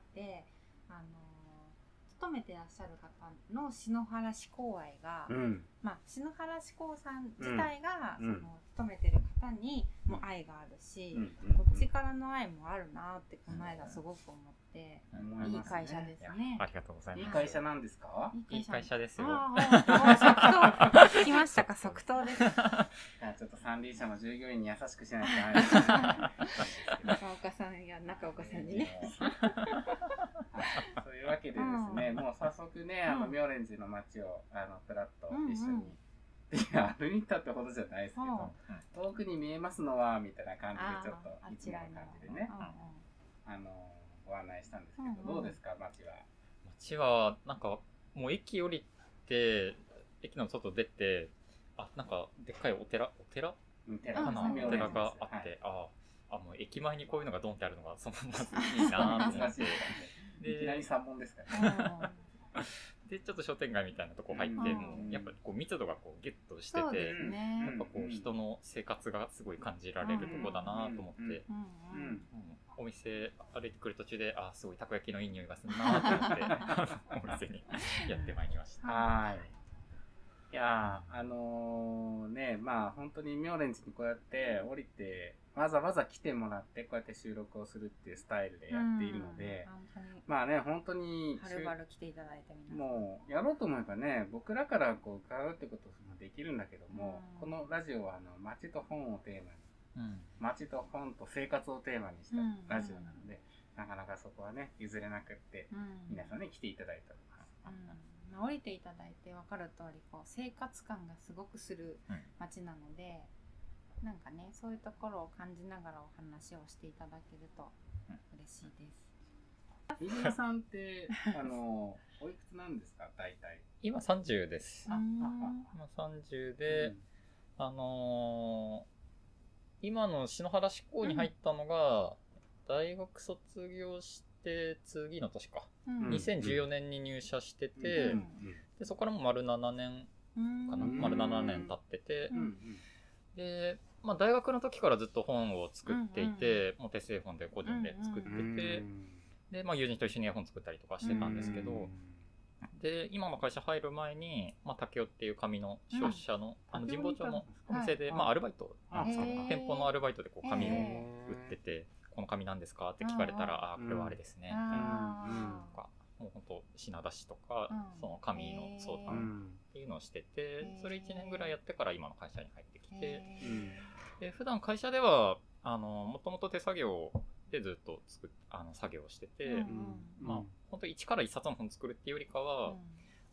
うん、あの勤めてらっしゃる方の篠原志功愛が、うん、まあ篠原志功さん自体が、うん、その勤めてる方にも愛があるし、うん、こっちからの愛もあるなってこの間すごく思って、うん、いい会社ですね。 ありがとうございます。 いい会社なんですか？ いい会社ですよ。 即答聞きましたか？即答です。 ちょっと三輪車の従業員に優しくしないとダメですね。 中岡さんや中岡さんにね。 そういうわけでですね、もう早速ね、あの妙蓮寺の街をあのプラッと一緒に、いや歩いたってほどじゃないですけど、遠くに見えますのはみたいな感じでちょっといつもの感じでね、あのご案内したんですけど、どうですか街は？ 街はなんかもう駅降りて駅の外出て、あなんかでっかいお寺お寺かなお寺があって、ああもう駅前にこういうのがドンってあるのがそのまずいいなと思って。 いきなり三本ですからね。 でちょっと商店街みたいなとこ入って、うん、もうやっぱりこう密度がこうギュッとしてて、ね、やっぱこう人の生活がすごい感じられるとこだなと思って、お店歩いてくる途中であすごいたこ焼きのいい匂いがするなと思ってお店にやってまいりました。 はいいやあのー、ねまあ本当に妙蓮寺にこうやって降りてわざわざ来てもらってこうやって収録をするっていうスタイルでやっているので、まあね本当にはるばる来ていただいてみんなもうやろうと思えばね僕らからこう伺うってこともできるんだけども、うん、このラジオはあの街と本をテーマに、うん、街と本と生活をテーマにしたラジオなので、うん、なかなかそこはね譲れなくって、うん、皆さんに来ていただいております。 うん降りていただいて分かる通りこう生活感がすごくする街なので、うん、なんかねそういうところを感じながらお話をしていただけると嬉しいです。 飯島さんってあのおいくつなんですか大体？ 今さんじゅうです。あ今さんじゅうで、うん、あのー、今の篠原志功に入ったのが、うん、大学卒業して次の年か、うん、にせんじゅうよねんに入社してて、うん、でそこからも丸ななねんかな、うん、丸ななねん経ってて、うん、で、まあ、大学の時からずっと本を作っていて、うん、もう手製本で個人で作ってて、うん、で、まあ、友人と一緒に絵本作ったりとかしてたんですけど、うん、で今の会社入る前に、まあ、竹雄っていう紙の消費者の、うん、あの神保町のお店で、はいまあ、アルバイトなんですけど、店舗のアルバイトでこう紙を売ってて、この紙なんですかって聞かれたら、ああこれはあれですねみたいなとか、もう本当品出しとか、その紙の相談っていうのをしてて、それいちねんぐらいやってから今の会社に入ってきて、で普段会社ではあのもともと手作業でずっと作っあの作業をしてて、まあ本当一から一冊の本作るっていうよりかは、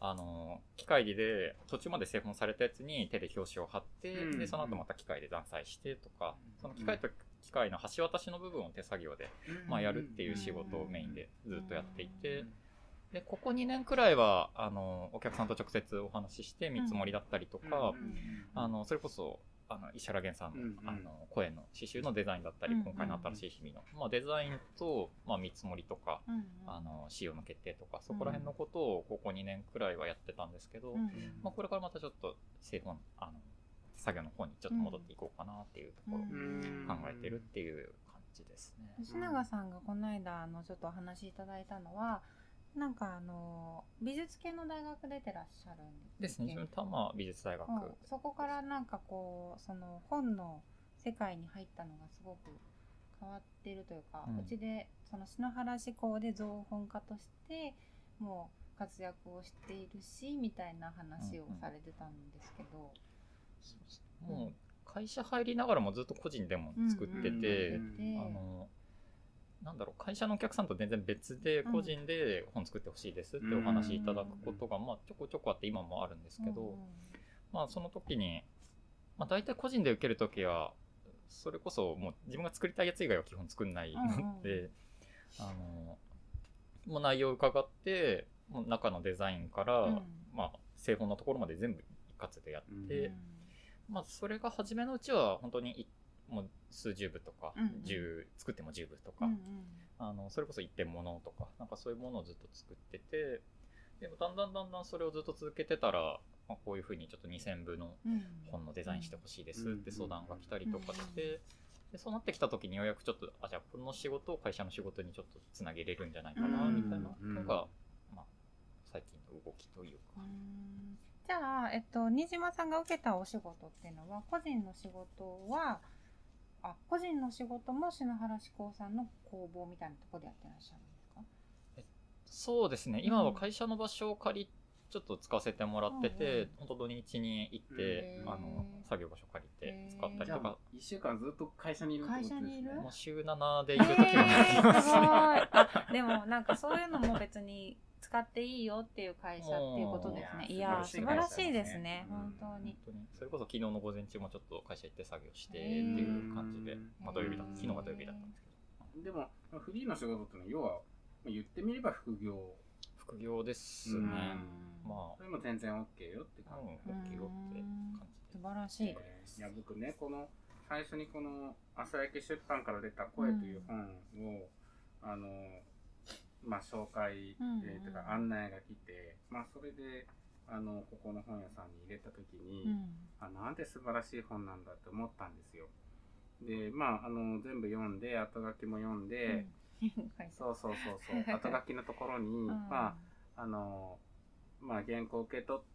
あの機械で途中まで製本されたやつに手で表紙を貼って、うん、でその後また機械で断裁してとか、うん、その機械と機械の橋渡しの部分を手作業で、うんまあ、やるっていう仕事をメインでずっとやっていて、でここにねんくらいはあのお客さんと直接お話しして見積もりだったりとか、あのそれこそあの石原源さんの、うんうん、あの声の刺繍のデザインだったり、うんうん、今回の新しい日々の、まあ、デザインと、まあ、見積もりとか、うんうん、あの仕様の決定とかそこら辺のことをここにねんくらいはやってたんですけど、うんうんまあ、これからまたちょっと製本あの作業の方にちょっと戻っていこうかなっていうところを考えてるっていう感じですね。 吉永さんがこの間あのちょっとお話しいただいたのはなんかあの美術系の大学出てらっしゃるんですね。多摩美術大学、うん、 そこからなんかこうその本の世界に入ったのがすごく変わってるというか、うん、うちでその篠原志向で造本家としてもう活躍をしているしみたいな話をされてたんですけど、うんうん、 そうそうもう会社入りながらもずっと個人でも作ってて、あのなんだろう会社のお客さんと全然別で個人で本作ってほしいですってお話いただくことがまあちょこちょこあって今もあるんですけど、まあその時にまあ大体個人で受ける時はそれこそもう自分が作りたいやつ以外は基本作んないので、あのもう内容を伺ってもう中のデザインからまあ製本のところまで全部一括でやって、まあそれが初めのうちは本当にもう数十部とか、うんうん、じゅう作ってもじゅう部とか、うんうん、あのそれこそ一点物とかなんかそういうものをずっと作ってて、でもだんだんだんだんそれをずっと続けてたら、まあ、こういうふうにちょっとにせんぶの本のデザインしてほしいですって相談が来たりとかして、でそうなってきた時にようやくちょっとあじゃあこの仕事を会社の仕事にちょっとつなげれるんじゃないかなみたいなのが、まあ、最近の動きというか。 うんじゃあ、えっと、新島さんが受けたお仕事っていうのは個人の仕事はあ個人の仕事も篠原志功さんの工房みたいなところでやってらっしゃるんですか？ えそうですね、今は会社の場所を借りちょっと使わせてもらってて、うん、本当土日に行ってあの作業場所借りて使ったりとか。 いっしゅうかんずっと会社にいるってことですね。 会社にいる？ もう週ななでいる時もあります。 すごいあでもなんかそういうのも別に使っていいよっていう会社っていうことですね。いや素晴らしいですね、うん、本当に。 本当にそれこそ昨日の午前中もちょっと会社行って作業してっていう感じで、まあ、土曜日だ昨日が土曜日だったんですけど。 でもフリーの仕事ってのは要は言ってみれば副業副業ですね。まあそれも全然 OK よって感じ、 うん、OK よって感じ。 素晴らしいです。 いや僕ねこの最初にこの朝焼け出版から出た声という本を、うん、あのまあ紹介、うんうん、えー、とか案内が来て、まあそれであのここの本屋さんに入れた時に、うん、あなんて素晴らしい本なんだって思ったんですよ。でまああの全部読んで後書きも読んで、うん、そうそうそうそう後書きのところに、うん、まああのまあ原稿を受け取って、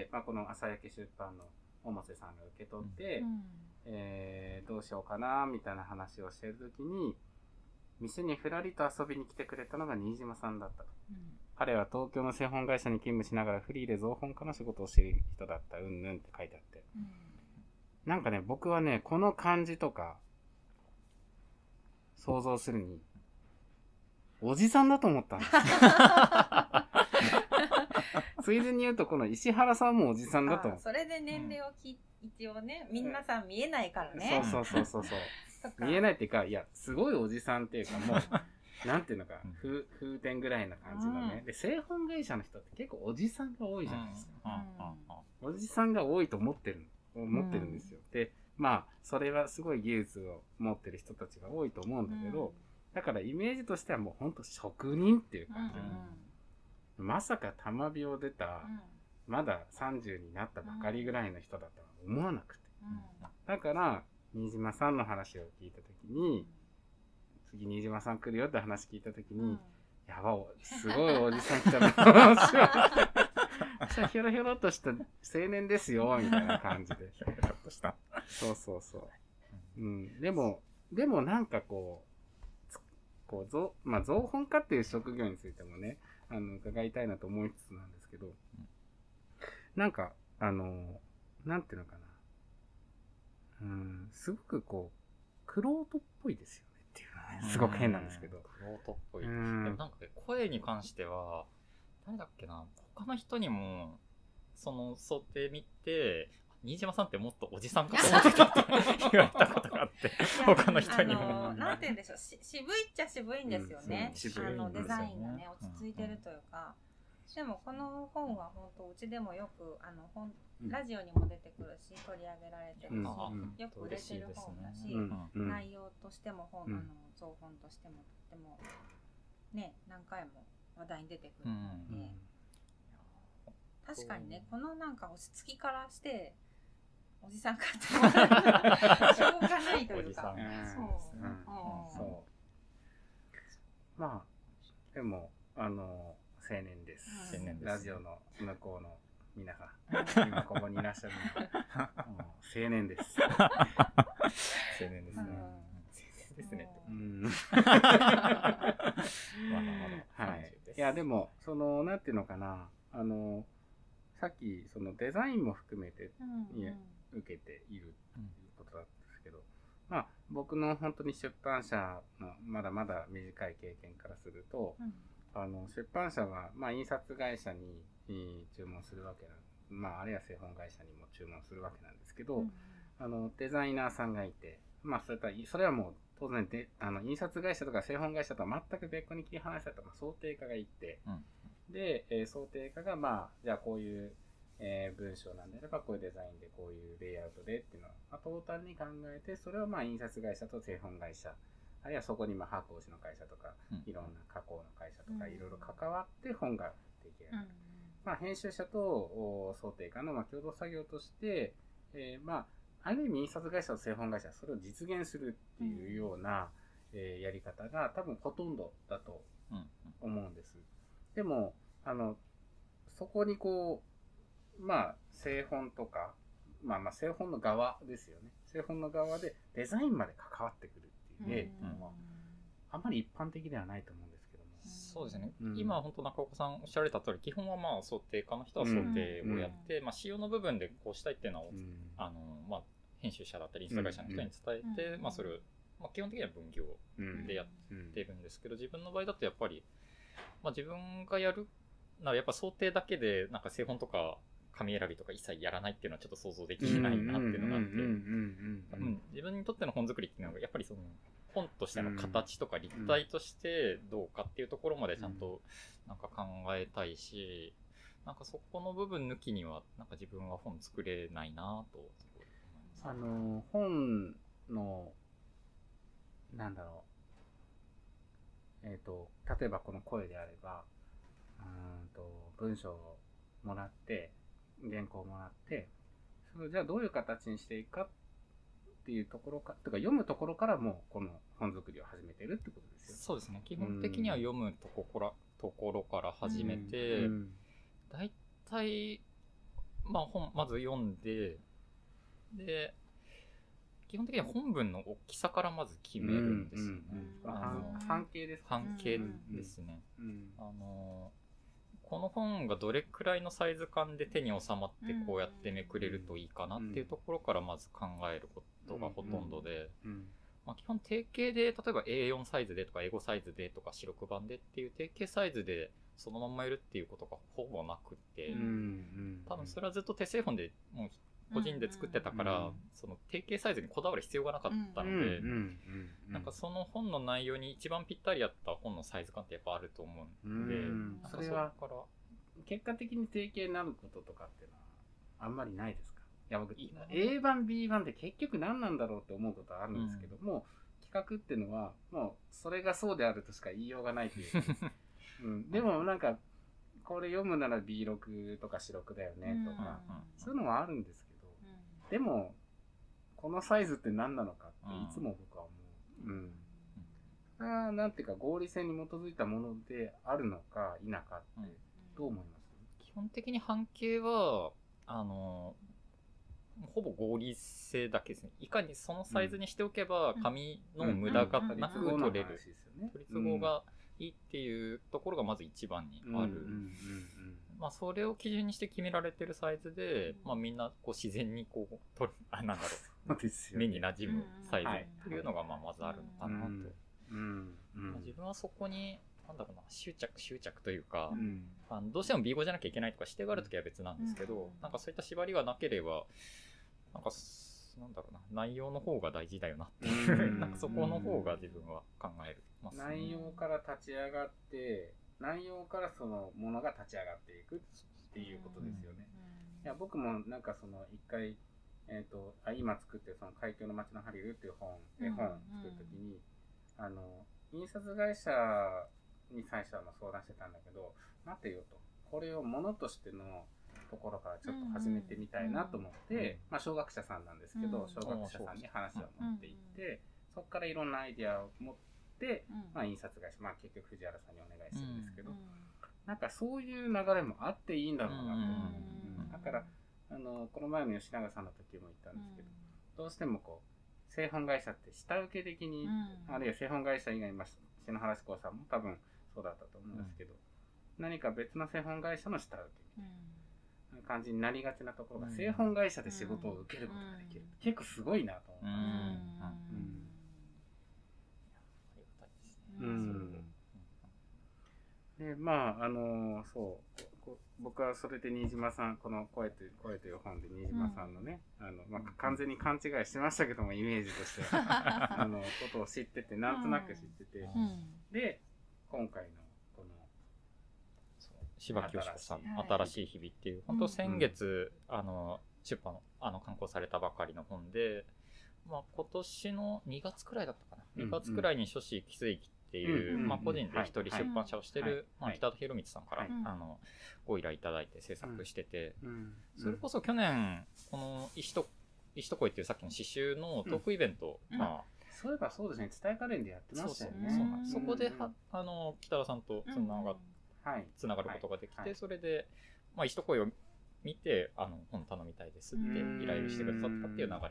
まあ、この朝焼け出版の百瀬さんが受け取って、うん、えー、どうしようかなみたいな話をしてる時に店にふらりと遊びに来てくれたのが新島さんだった、うん、彼は東京の製本会社に勤務しながらフリーで造本家の仕事をしている人だったうんぬんって書いてあって、うん、なんかね僕はねこの感じとか想像するにおじさんだと思ったんですついでに言うとこの石原さんもおじさんだと思う。 それで年齢をき、うん、一応ね皆さん見えないからね、 そうそうそうそうそう見えないっていうかいやすごいおじさんっていうかもうなんていうのか風風天ぐらいな感じのね、うん、で製本会社の人って結構おじさんが多いじゃないですか、うんうん、おじさんが多いと思ってる思ってるんですよ、うん、でまあそれはすごい技術を持ってる人たちが多いと思うんだけど、うん、だからイメージとしてはもうほんと職人っていう感じ、うんうん、まさか玉美を出た、うん、まださんじゅうになったばかりぐらいの人だとは思わなくて、うん、だから新島さんの話を聞いたときに、うん、次新島さん来るよって話聞いたときに、うん、やばすごいおじさん来たなひょろひょろっとした青年ですよみたいな感じでひょろひょろっとしたそうそうそう、うん、でもでもなんかこうこう造、まあ、造本家っていう職業についてもねあの伺いたいなと思いつつなんですけど、なんかあのなんていうのかな、うん、すごくこうクロートっぽいですよねっていうのはねすごく変なんですけど、 クロートっぽい、でもなんか声に関しては誰だっけな、他の人にもその想定見て、新島さんってもっとおじさんかと思ってたって言われたことがあって他の人にも、 あのー、なんて言うんでしょう、し渋いっちゃ渋いんですよね、うん、あのデザインがね落ち着いてるというか、うん、でもこの本は本当うちでもよくあの本ラジオにも出てくるし取り上げられてるし、うん、よく売れてる本だし、うん、内容としても本、うん、あの造本としてもとってもね何回も話題に出てくるので、うん、確かにねこのなんか落ち着きからしておじさんかって思ったらしょうがないというか、 そうまあでもあの青年です、うん、ラジオの向こうの皆さん今ここにいらっしゃるのは青年です青年ですね、うん、ですねうんはい、いやでもそのなんていうのかな、あのさっきそのデザインも含めて、うんうん受けているということなんですけど、まあ僕の本当に出版社のまだまだ短い経験からすると、うん、あの出版社はまあ印刷会社に注文するわけなん、まああるいは製本会社にも注文するわけなんですけど、うん、あのデザイナーさんがいて、まあそれとそれはもう当然であの印刷会社とか製本会社とは全く別個に切り離された、まあ、想定家がいて、うん、で、えー、想定家がまあじゃあこういうえー、文章なんであればこういうデザインでこういうレイアウトでっていうのは、まあ、トータルに考えてそれをまあ印刷会社と製本会社あるいはそこにまあ発行紙の会社とか、うん、いろんな加工の会社とかいろいろ関わって本が出来上がる、うんまあ、編集者と想定家のまあ共同作業として、えー、まあある意味印刷会社と製本会社はそれを実現するっていうような、うんえー、やり方が多分ほとんどだと思うんです。でもあのそこにこうまあ製本とか、まあまあ製本の側ですよね。製本の側でデザインまで関わってくるっていう例っていうのは、あんまり一般的ではないと思うんですけども。 そうですね。うん、今本当中岡さんおっしゃられた通り、基本はまあ想定家の人は想定をやって、うん、まあ仕様の部分でこうしたいっていうのを、うん、あのまあ編集者だったりインスタ会社の人に伝えて、うん、まあそれをまあ基本的には分業でやってるんですけど、自分の場合だとやっぱりまあ自分がやるならやっぱ想定だけでなんか製本とか紙選びとか一切やらないっていうのはちょっと想像できないなっていうのがあって、自分にとっての本作りっていうのがやっぱりその本としての形とか立体としてどうかっていうところまでちゃんとなんか考えたいし、なんかそこの部分抜きにはなんか自分は本作れないなとすごい思います。あの本のなんだろう、えっと例えばこの声であれば、うんと文章をもらって原稿をもらってそれをじゃあどういう形にしていくかっていうところかとか読むところからもうこの本作りを始めてるってことですよ。 そうですね。基本的には読むところ、ところから始めて、だいたいまあ本まず読んでで基本的には本文の大きさからまず決めるんですよね。 半径ですか？半径ですね。あのこの本がどれくらいのサイズ感で手に収まってこうやってめくれるといいかなっていうところからまず考えることがほとんどで、まあ、基本定型で例えば エーよん サイズでとか エーご サイズでとか白黒版でっていう定型サイズでそのまんまやるっていうことがほぼなくて、多分それはずっと手製本でもう個人で作ってたから、その定型サイズにこだわる必要がなかったので、なんかその本の内容に一番ぴったり合った本のサイズ感ってやっぱあると思うんで、 それは結果的に定型になることとかっていうのはあんまりないですか？いや僕 A 版 B 版って結局何なんだろうって思うことはあるんですけども、企画っていうのはもうそれがそうであるとしか言いようがないという、うん、でもなんかこれ読むなら ビーろく とか四ろくだよねとか、そういうのはあるんですけど、でもこのサイズって何なのかっていつも僕は思う。うん。それはなんていうか合理性に基づいたものであるのか否かってどう思います？ 基本的に半径はあのほぼ合理性だけですね。いかにそのサイズにしておけば紙の無駄がなく取れる、取り都合がいいっていうところがまず一番にある。まあそれを基準にして決められてるサイズで、まあみんなこう自然にこう取る、あ、なんだろう、目に馴染むサイズっていうのがまあまずあるのかなと。自分はそこになんだろうな、執着執着というか、 うん、 あのどうしても ビーご じゃなきゃいけないとか指定があるときは別なんですけど、うん、なんかそういった縛りがなければなんかなんだろうな、内容の方が大事だよなっていう、うん、なんかそこの方が自分は考える、まあ、 内容から立ち上がって内容からそのものが立ち上がっていくっていうことですよね。いや僕もなんかその一回、えー、とあ今作ってるその海峡の街のハリルっていう本、絵本を作るときに、あの印刷会社に最初は相談してたんだけど、待てよと、これをものとしてのところからちょっと始めてみたいなと思って、うんうん、まあ小学者さんなんですけど、うん、小学者さんに話を持っていって、うん、そこからいろんなアイディアを持って、うん、まあ印刷会社、まあ結局藤原さんにお願いするんですけど、うん、なんかそういう流れもあっていいんだろうなと思う、うん、だからあのこの前の吉永さんの時も言ったんですけど、どうしてもこう製本会社って下請け的に、あるいは製本会社以外に篠原志功さんも多分そうだったと思うんですけど、何か別の製本会社の下請けみたいな感じになりがちなところが、製本会社で仕事を受けることができる、結構すごいなと思ったんです。うん。でまああのそう僕はそれで新島さん、この声という声という本で新島さんのね、うん、あのまあ、完全に勘違いしてましたけども、イメージとしてあのことを知ってて、なんとなく知ってて、うん、で今回のこの柴木よし子さんの新しい日々っていう、本当先月、うん、あの出版あの刊行されたばかりの本で、まあ、今年のにがつくらいだったかな、にがつくらいに書士気づいっていう、うん、まあ、個人で一人出版社をしてる、まあ、北田博光さんから、はい、あのご依頼いただいて制作してて、うん、それこそ去年この石と石と恋っていうさっきの詩集のトークイベント、 うん、まあ、そういえばそうですね、伝えカレンでやってましたよね。 そうそう、そこではあの北田さんとつなが、つながることができて、はい、それで、まあ、石と恋を見てあの本頼みたいですって依頼してくださったっていう流れがあって、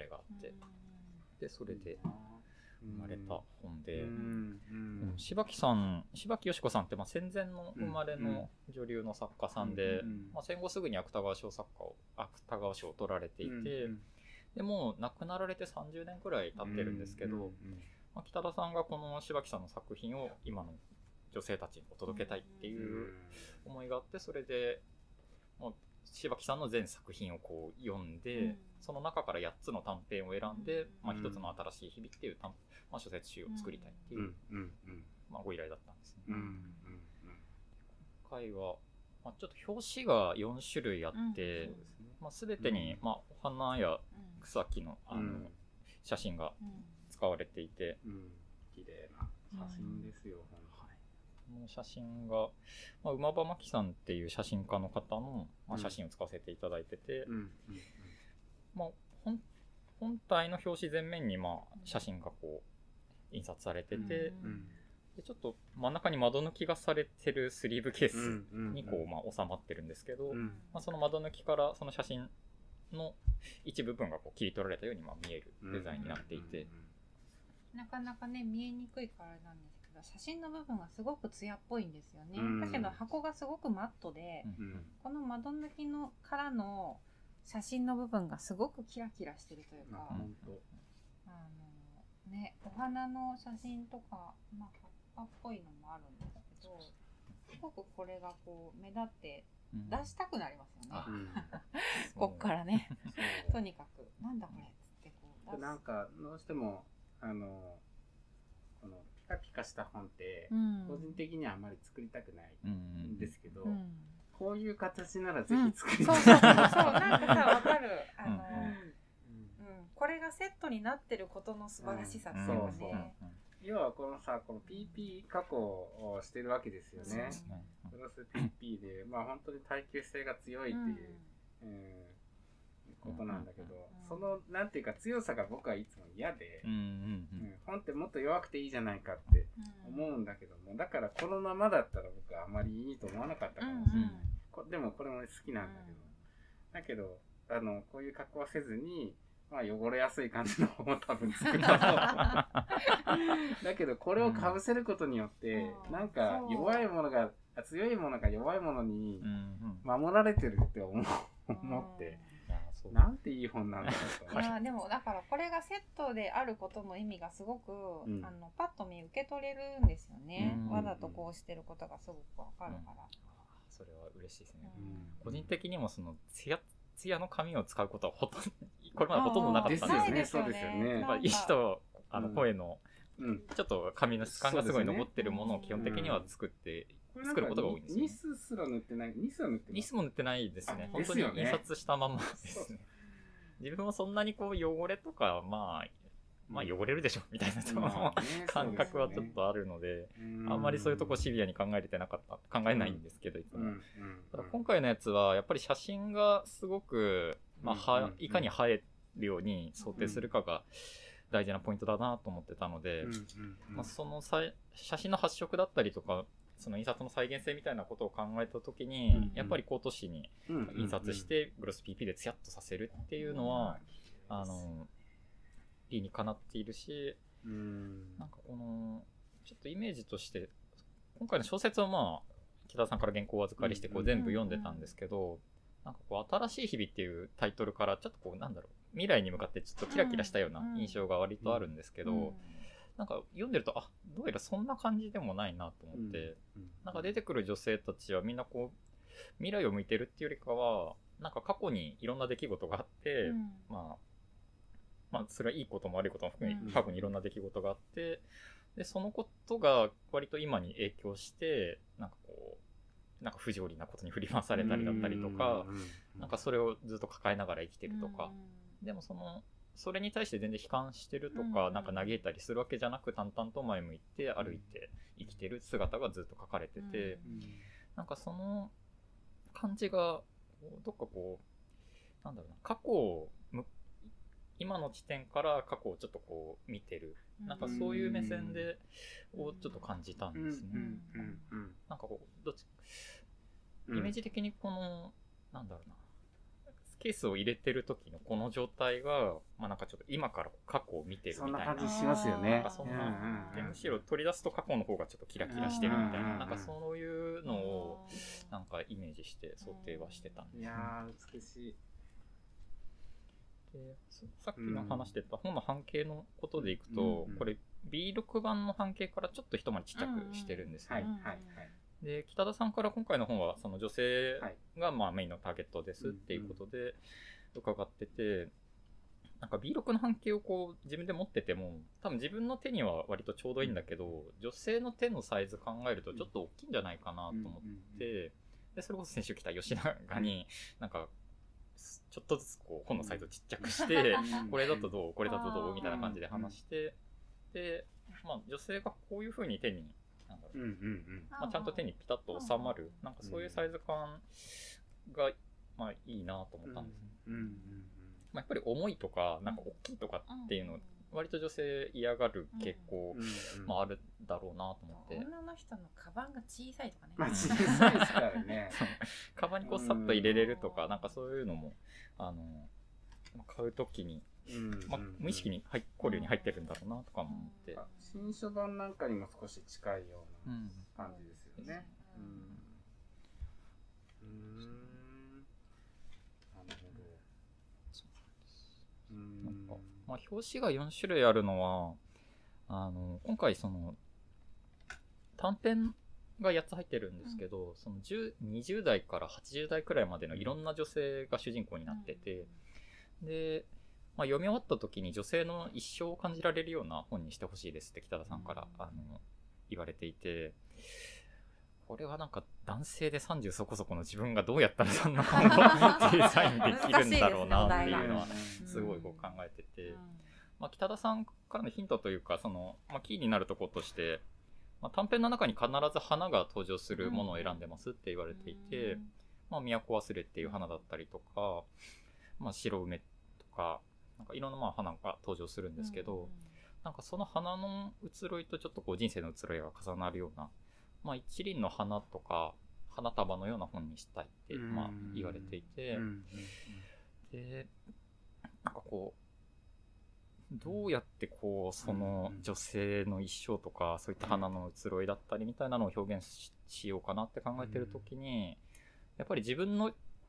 でそれで生まれた本で、柴木さん、柴木よし子さんってまあ戦前の生まれの女流の作家さんで、まあ、戦後すぐに芥川賞作家を芥川賞を取られていて、でもう亡くなられてさんじゅうねんくらい経ってるんですけど、まあ、北田さんがこの柴木さんの作品を今の女性たちに届けたいっていう思いがあって、それでもう柴木さんの全作品をこう読んで、うん、その中からやっつの短編を選んで、うん、まあ、ひとつの新しい日々っていう短、まあ、小説集を作りたいっていう、うん、まあ、ご依頼だったんですね。うんうんうん、今回は、まあ、ちょっと表紙がよんしゅるいあって、うん、まあ、全てに、まあ、お花や草木の、あの、うん、写真が使われていて、 うん、綺麗な写真ですよ、うん、 この写真が、まあ、馬場真紀さんっていう写真家の方の、まあ、写真を使わせていただいてて、うんうんうん、まあ、本, 本体の表紙全面に、まあ、写真がこう印刷されてて、うんうん、でちょっと真ん中に窓抜きがされてるスリーブケースにこう、まあ、収まってるんですけど、うんうん、まあ、その窓抜きからその写真の一部分がこう切り取られたように、まあ、見えるデザインになっていて、 なかなかね見えにくいからなんですけど、写真の部分がすごく艶っぽいんですよね、うん、だけど箱がすごくマットで、うん、この窓抜きのからの写真の部分がすごくキラキラしてるというか、うん、あのね、お花の写真とか、まあ、葉っぱっぽいのもあるんですけど、すごくこれがこう目立って出したくなりますよね、うん、こっからねとにかくなんだこれっつってこう出す。 なんかどうしてもあのこのピカピカした本って、うん、個人的にはあまり作りたくないんですけど、うん、こういう形ならぜひ作りたい、うん、 そうそうそうそう、なんかさ、わかる、あの、うんうん、これがセットになってることの素晴らしさっていうかね、うん、そうそう、 要はこのさ、この ピーピー 加工をしてるわけですよね。プラス ピーピー で、まあ本当に耐久性が強いっていう、うんえーことなんだけど、うん、そのなんていうか強さが僕はいつも嫌で、うんうんうん、本ってもっと弱くていいじゃないかって思うんだけども、だからこのままだったら僕はあまりいいと思わなかったかもしれない、うんうん、でもこれも好きなんだけど、うん、だけどあのこういう加工はせずに、まあ、汚れやすい感じの方を多分作るだけどこれをかぶせることによって、うん、なんか弱いものが強いものが弱いものに守られてるって思う、思って、 そうなんていい本なんだろうと。 いやでもだからこれがセットであることの意味がすごく、うん、あのパッと見受け取れるんですよね、うん、わざとこうしてることがすごくわかるから、うん、 それは嬉しいですね、うん、個人的にもそのツヤツヤの紙を使うことはほとんどこれまでほとんどなかったんですよね。そうですよね。やっぱり石とあの声のちょっと紙の質感がすごい残ってるものを基本的には作って作ることが多いんですよね。 ニスすら塗ってない。ニスは塗ってない。 ニスも塗ってないですね。本当に印刷したままですね。自分もそんなにこう汚れとかまあまあ汚れるでしょみたいなと、まあね、感覚はちょっとあるので、あんまりそういうとこシビアに考えれてなかった考えないんですけどいつも、うんうん、ただ今回のやつはやっぱり写真がすごく、まあ、はいかに映えるように想定するかが大事なポイントだなと思ってたので、まあ、その写真の発色だったりとかその印刷の再現性みたいなことを考えたときに、うんうん、やっぱり高都市に印刷してグロス ピーピー でツヤッとさせるっていうのは、うん、あの理にかなっているし、うん、なんかこのちょっとイメージとして今回の小説はまあ北田さんから原稿をお預かりしてこう全部読んでたんですけど、なんかこう新しい日々っていうタイトルからちょっとこうなんだろう未来に向かってちょっとキラキラしたような印象が割とあるんですけど、うんうん、なんか読んでるとあどうやらそんな感じでもないなと思って、うんうん、なんか出てくる女性たちはみんなこう未来を向いてるっていうよりかはなんか過去にいろんな出来事があって、うん、まあまあそれはいいことも悪いことも含め過去にいろんな出来事があって、でそのことが割と今に影響してなんかこうなんか不条理なことに振り回されたりだったりとか、なんかそれをずっと抱えながら生きてるとか、でもそのそれに対して全然悲観してるとか、なんか嘆いたりするわけじゃなく淡々と前向いて歩いて生きてる姿がずっと書かれてて、なんかその感じがどっかこうなんだろうな過去を今の地点から過去をちょっとこう見てるなんかそういう目線でをちょっと感じたんですね。なんかこうどっちイメージ的にこのなんだろうなケースを入れてる時のこの状態がまあなんかちょっと今から過去を見てるみたいな、 そんな感じしますよね。 なんかそんな、うんうんうん、むしろ取り出すと過去の方がちょっとキラキラしてるみたいな、なんかそういうのをなんかイメージして想定はしてたんです、ね。 いやー美しい。 でさっきの話してた本の半径のことでいくと、うん、これ ビーろく 版の半径からちょっと一回りちっちゃくしてるんですね。で北田さんから今回の本はその女性がまあメインのターゲットですっていうことで伺ってて、なんか ビーろく の半径をこう自分で持ってても多分自分の手には割とちょうどいいんだけど、女性の手のサイズ考えるとちょっと大きいんじゃないかなと思って、でそれこそ先週来た吉永になんかちょっとずつこう本のサイズをちっちゃくしてこれだとどうこれだとどうみたいな感じで話して、で、まあ、女性がこういう風に手になんだろう、まあ、ちゃんと手にピタッと収まるなんかそういうサイズ感が、まあ、いいなと思ったんですね。まあ、やっぱり重いとかなんか大きいとかっていうの割と女性嫌がる傾向、まあ、あるだろうなと思って、 女の人のカバンが小さいとかね、 まあ、小さいですからねカバンにこうさっと入れれるとかなんかそういうのもあの買うときに、まあ、無意識に入考慮に入ってるんだろうなとかも思って、 新書版なんかにも少し近いような感じですよね。うん、うん、なるほど。 なんかまあ、表紙がよん種類あるのはあの今回その短編がやっつ入ってるんですけど、うん、そのにじゅう代からはちじゅう代くらいまでのいろんな女性が主人公になってて、うん、で、まあ、読み終わった時に女性の一生を感じられるような本にしてほしいですって北田さんから、うん、あの言われていて、これはなんか男性でさんじゅうそこそこの自分がどうやったらそんな本をデザインできるんだろうなっていうのはすごいこう考えてて、まあ、北田さんからのヒントというかその、まあ、キーになるところとして、まあ、短編の中に必ず花が登場するものを選んでますって言われていて、まあ、都忘れっていう花だったりとか、まあ、白梅とかなんかいろんなまあ花が登場するんですけど、なんかその花の移ろいとちょっとこう人生の移ろいが重なるような、まあ、一輪の花とか花束のような本にしたいってまあ言われていて、でなんかこうどうやってこうその女性の一生とかそういった花の移ろいだったりみたいなのを表現 し, しようかなって考えてるときに、やっぱり自分の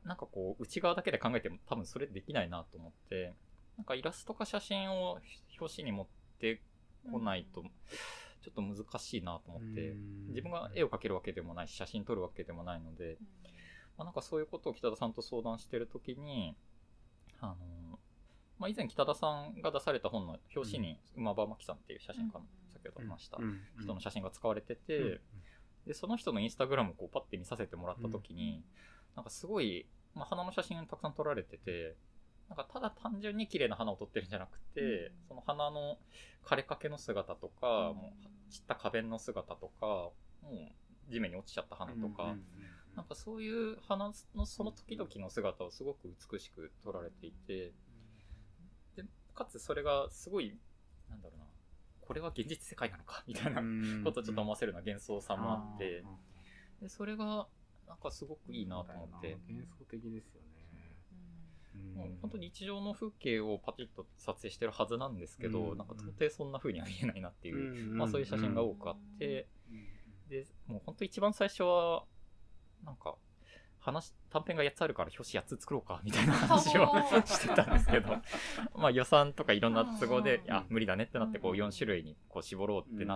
なんかこう内側だけで考えても多分それできないなと思って、なんかイラストか写真を表紙に持ってこないとちょっと難しいなと思って、自分が絵を描けるわけでもないし写真撮るわけでもないので、まあ、なんかそういうことを北田さんと相談してるときに、あのまあ、以前北田さんが出された本の表紙に馬場真紀さんっていう写真家の先ほど話した人の写真が使われてて、でその人のインスタグラムをこうパッて見させてもらったときに、なんかすごい、まあ、花の写真たくさん撮られてて、なんかただ単純に綺麗な花を撮ってるんじゃなくて、うん、その花の枯れかけの姿とか、うん、もう散った花弁の姿とか、もう地面に落ちちゃった花とか、うん、なんかそういう花のその時々の姿をすごく美しく撮られていて、でかつそれがすごい、なんだろうな、これは現実世界なのかみたいなことをちょっと思わせるような幻想さもあって、でそれがなんかすごくいいなと思って。 幻想的ですよね。 もう本当に日常の風景をパチッと撮影してるはずなんですけど、うん、なんか到底そんな風には見えないなっていう、うん、まあそういう写真が多くあって、うん、でもう本当一番最初はなんか話短編がやっつあるから表紙やっつ作ろうかみたいな話をしてたんですけどまあ予算とかいろんな都合でいや無理だねってなってこうよん種類にこう絞ろうってなって、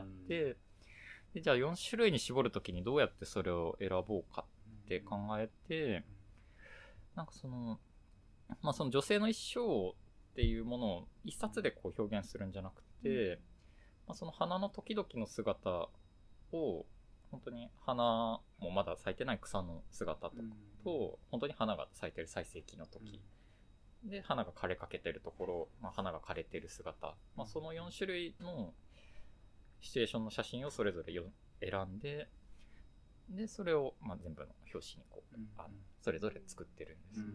でじゃあよん種類に絞るときにどうやってそれを選ぼうかって考えて、なんかそのまあその女性の一生っていうものを一冊でこう表現するんじゃなくて、まあ、その花の時々の姿を本当に花もまだ咲いてない草の姿と、と本当に花が咲いてる最盛期の時で花が枯れかけてるところ、まあ、花が枯れてる姿、まあ、そのよん種類のシチュエーションの写真をそれぞれよ選んで、でそれをまあ全部の表紙にこうあのそれぞれ作ってるんです。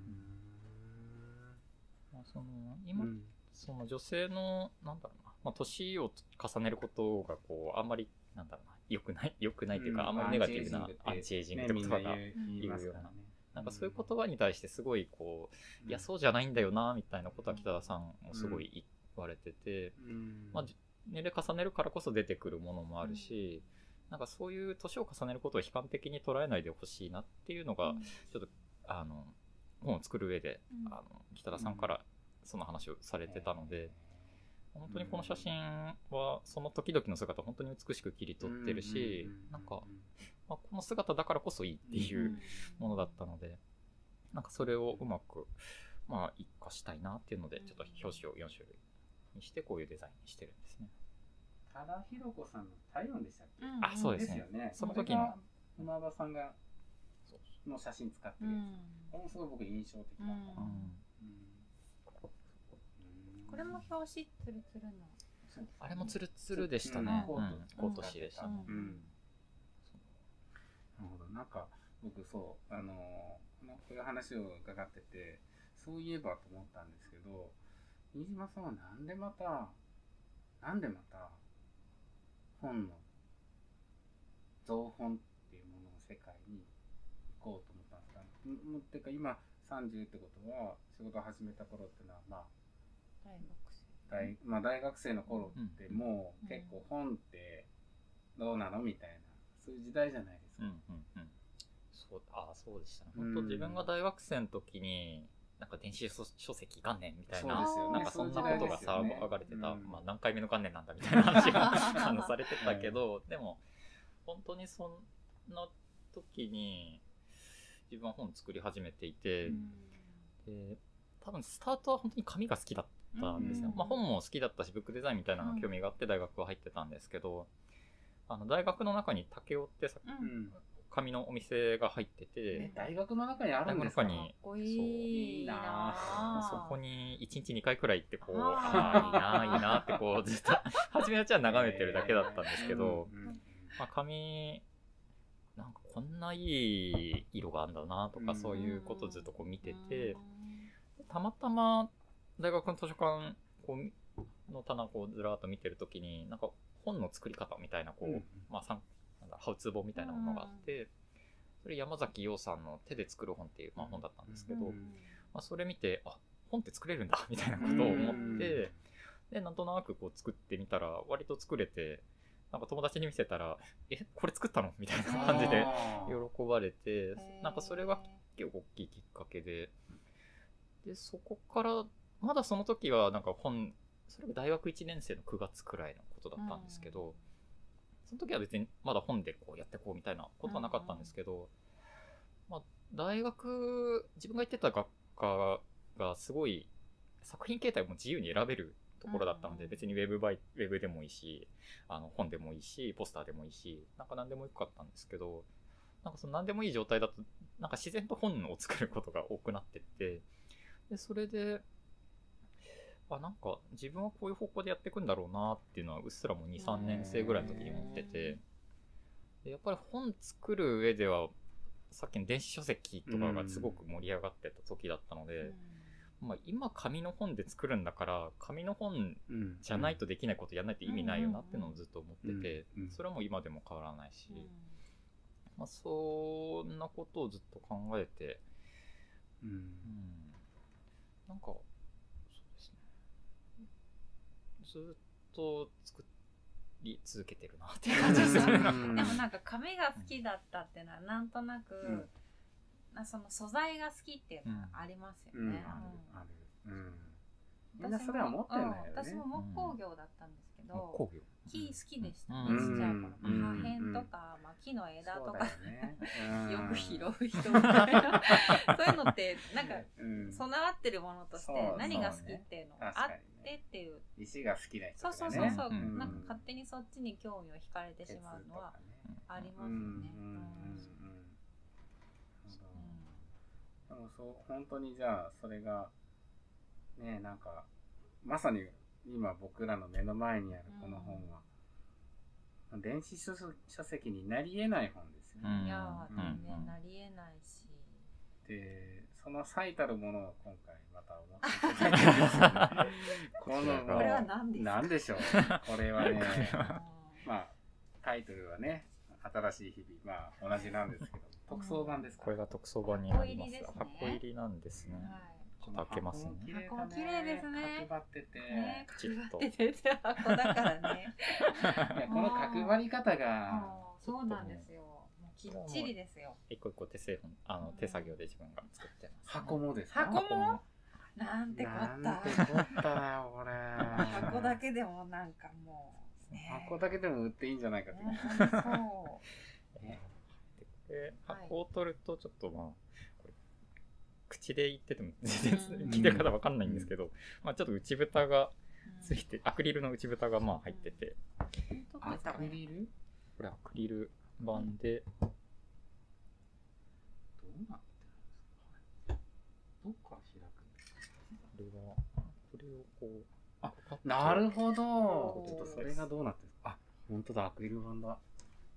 まあ、その今、うん、その女性のなんだろうな、まあ、年を重ねることがこうあんまりなんだろうな良くない良くないというか、うん、あんまりネガティブなアンチエイジングって言葉が言うような、なんかそういう言葉に対してすごいこう、うん、いやそうじゃないんだよなみたいなことは北田さんもすごい言われてて、うん、まあ年齢重ねるからこそ出てくるものもあるし、うん、なんかそういう年を重ねることを悲観的に捉えないでほしいなっていうのが、うん、ちょっとあの本を作る上で、うん、あの北田さんからその話をされてたので、うん、本当にこの写真はその時々の姿を本当に美しく切り取ってるし、うん、なんか、まあ、この姿だからこそいいっていうものだったので、なんかそれをうまくまあ一化したいなっていうので、ちょっと表紙をよん種類にしてこういうデザインにしてるんですね。 多田寛子さんの体温でしたっけ？ あ、そうですね。 ですよね。 その時の馬場さんがの写真使ってるやつ、うん、これもすごい僕印象的だったな、うんうん、 これも表紙ツルツルの、 あれもツルツルでしたね、コート紙でしたね、うんうん、 なるほど。なんか僕そうあのこういう話を伺ってて、そういえばと思ったんですけど、新島さんはなんでまたなんでまた本の造本っていうものの世界に行こうと思ったんですか？もってか今さんじゅうってことは仕事を始めた頃っていうのはまあ大学生大、まあ、大学生の頃ってもう結構本ってどうなのみたいな、そういう時代じゃないですか。うんうんうん、 そうあそうでしたね。本当自分が大学生の時になんか電子書籍元年みたいな、ね、なんかそんなことが騒がれてた、ね、まあ何回目の元年なんだみたいな話があのされてたけど、でも本当にそんな時に自分は本作り始めていて、で多分スタートは本当に紙が好きだったんですよ。まあ本も好きだったしブックデザインみたいなの興味があって大学は入ってたんですけど、あの大学の中に竹雄ってさ、うん紙のお店が入ってて、 大学の中にあるんですか？ 大学の中に、 かっこいいなそこにいちにちにかいくらい行ってこう、ああいいないいなってこうずっと初めはじゃあ眺めてるだけだったんですけど、まあ、紙なんかこんないい色があるんだなとか、そういうことをずっとこう見てて、たまたま大学の図書館こうの棚こうずらっと見てるときに、なんか本の作り方みたいなこう、うん、まあハウツー本みたいなものがあって、それ山崎陽さんの手で作る本っていう、まあ、本だったんですけど、まあ、それ見てあ本って作れるんだみたいなことを思って、でなんとなくこう作ってみたら割と作れて、なんか友達に見せたらえこれ作ったのみたいな感じで喜ばれて、なんかそれがきっ結構大きいきっかけで、でそこからまだその時はなんか本それが大学いちねん生のくがつくらいのことだったんですけど、うん、その時は別にまだ本でこうやってこうみたいなことはなかったんですけど、うんうん、まあ、大学自分が行ってた学科がすごい作品形態も自由に選べるところだったので、うんうん、別にウェブバイウェブでもいいし、あの本でもいいし、ポスターでもいいし、なんか何でもよかったんですけど、なんかその何でもいい状態だとなんか自然と本を作ることが多くなってって、でそれであなんか自分はこういう方向でやっていくんだろうなっていうのはうっすらもに、さんねん生ぐらいの時に思ってて、でやっぱり本作る上ではさっきの電子書籍とかがすごく盛り上がってた時だったので、まあ、今紙の本で作るんだから紙の本じゃないとできないことやらないと意味ないよなっていうのをずっと思ってて、それはもう今でも変わらないし、まあ、そんなことをずっと考えて、うんうん、なんかそうですね、ずっと作り続けてるなっていう感じですね。 でもなんか紙が好きだったっていうのはなんとなく、うんなその素材が好きっていうのはありますよね。うん、あるある。うん。みんなそれは持ってないよね。 私も木工業だったんですけど、 木工業木好きでしたね。ちっちゃい頃、破片とか、まあ木の枝とかよく拾う人みたいな、そういうのってなんか備わってるものとして何が好きっていうのがあってっていう。 石が好きな人とかね。 そうそうそうそう。なんか勝手にそっちに興味を惹かれてしまうのはありますよね。 でもそう本当にじゃあそれがねなんかまさに今僕らの目の前にあるこの本は、うん、電子書籍になり得ない本ですよね。 いやー全然なり得ないし、 でその最たるものを今回また思っていただいてるんですよね。 このこれは何ですか？ 何でしょうこれはねまあタイトルはね新しい日々まあ同じなんですけど特装版ですか？ これが特装版になります。箱入りなんですね。ちょっと開けますね。 箱綺麗ですね。 角張ってて、 ね、角張ってて箱だからね。 いやこの角張り方がそうなんですよ。もうきっちりですよ。 一個一個手製本あの手作業で自分が作ってます。 箱もですか？ 箱も？なんてこった。 なんてこったなよこれ。 箱だけでもなんかもう、 ね、箱だけでも売っていいんじゃないかって。 ね、そう。 ねで箱を取るとちょっとまあこれ口で言ってても全然聞いてる方わかんないんですけど、まあちょっと内蓋がついてアクリルの内蓋がまあ入ってて、 アクリル？ これアクリル板でどうなってるんですか？どっから開くんですか？ これはこれをこうあなるほど。それがどうなってるんですか？あ本当だアクリル板だ。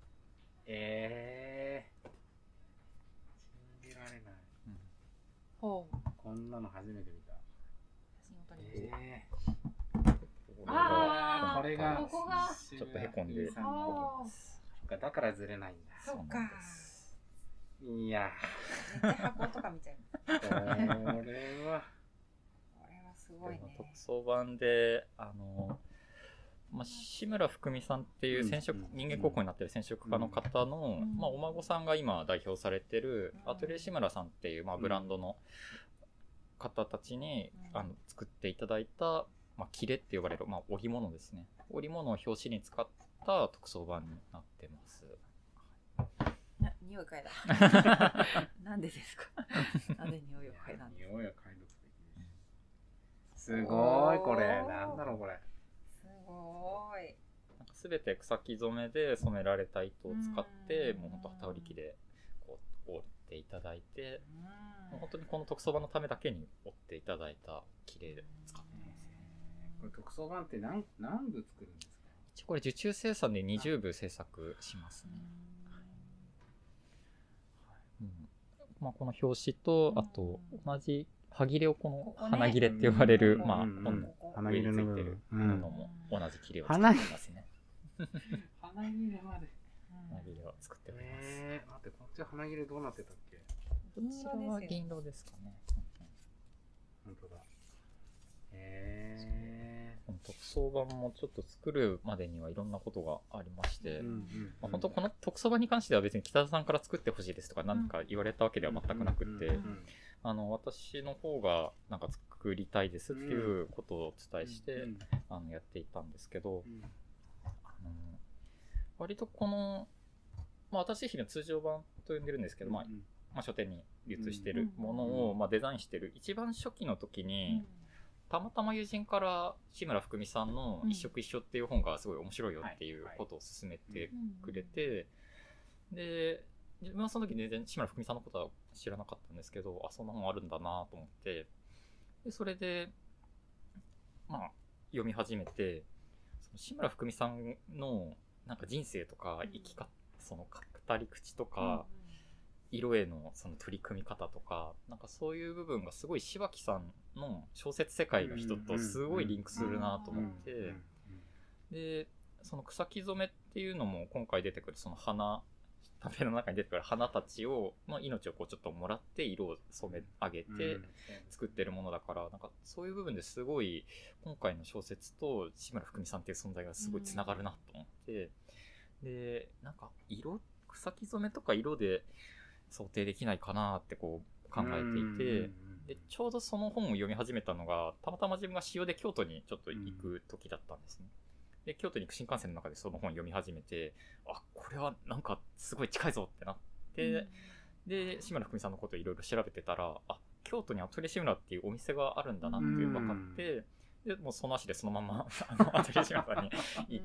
えー、信じられない、うん、 ほうこんなの初めて見た。 写真を撮りました。 えー、あこれがここがちょっとへこんでだからずれないんだ。 そっか。 いや絶対箱とか見ちゃいます。 これはこれはすごいね。 特装版であのまあ、志村福美さんっていう染色、うん、人間国宝になってる染色家の方の、うん、まあ、お孫さんが今代表されてるアトリエ志村さんっていう、まあ、ブランドの方たちに、うん、あの作っていただいた、まあ、切れって呼ばれる、まあ、織物ですね。織物を表紙に使った特装版になってます。 な匂い嗅いだ。なんでですか？なんで匂いを嗅いだんですか？ 匂いを嗅いだすごいこれなんだろうこれ。 すごい。 なんか全て草木染めで染められた糸を使って、もう本当機織り機でこう織っていただいて、もう本当にこの特装版のためだけに織っていただいた綺麗で使ってますね。 これ特装版って何何部作るんですか？ 一応これ受注生産でにじゅうぶ制作しますね。はいうん、まあこの表紙とあと同じ歯切れをこの花切れって呼ばれる、まあ、 花切れのついてるのも同じ切れを作ってますね。 花切れまで。 花切れを作っております。 えー、待って、こっち花切れどうなってたっけ？ こちらは銀色ですかね。 本当だ。え特装版もちょっと作るまでにはいろんなことがありまして、うんうんうん、まあ、本当この特装版に関しては別に北田さんから作ってほしいですとか何か言われたわけでは全くなくて、うんうんうんうん、あの私の方がなんか作りたいですっていうことをお伝えして、うんうん、あのやっていたんですけど、うん、あの割とこの、まあ、私自身の通常版と呼んでるんですけど、うんうん、まあまあ、書店に流通してるものを、まあ、デザインしてる一番初期の時に、うん、たまたま友人から志村ふくみさんの一色一緒っていう本がすごい面白いよっていうことを勧めてくれて、で自分はその時全然志村ふくみさんのことは知らなかったんですけど、あ、そんな本あるんだなと思って、でそれでまあ読み始めて、その志村ふくみさんのなんか人生とか生き方、その語り口とか、色へのその取り組み方とか、なんかそういう部分がすごい柴木さんの小説世界の人とすごいリンクするなと思って、でその草木染めっていうのも今回出てくるその花、旅の中に出てくる花たちをの命をこうちょっともらって色を染め上げて作ってるものだから、なんかそういう部分ですごい今回の小説と志村ふくみさんっていう存在がすごいつながるなと思って、でなんか色草木染めとか色で想定できないかなってこう考えていて、でちょうどその本を読み始めたのがたまたま自分が私用で京都にちょっと行く時だったんですね。で京都に行く新幹線の中でその本読み始めて、あ、これはなんかすごい近いぞってなって、うん、で志村ふくみさんのことをいろいろ調べてたら、あ、京都にアトリエ志村っていうお店があるんだなっていうのが分かって、でもうその足でそのままあのアトリエ志村さんに行って、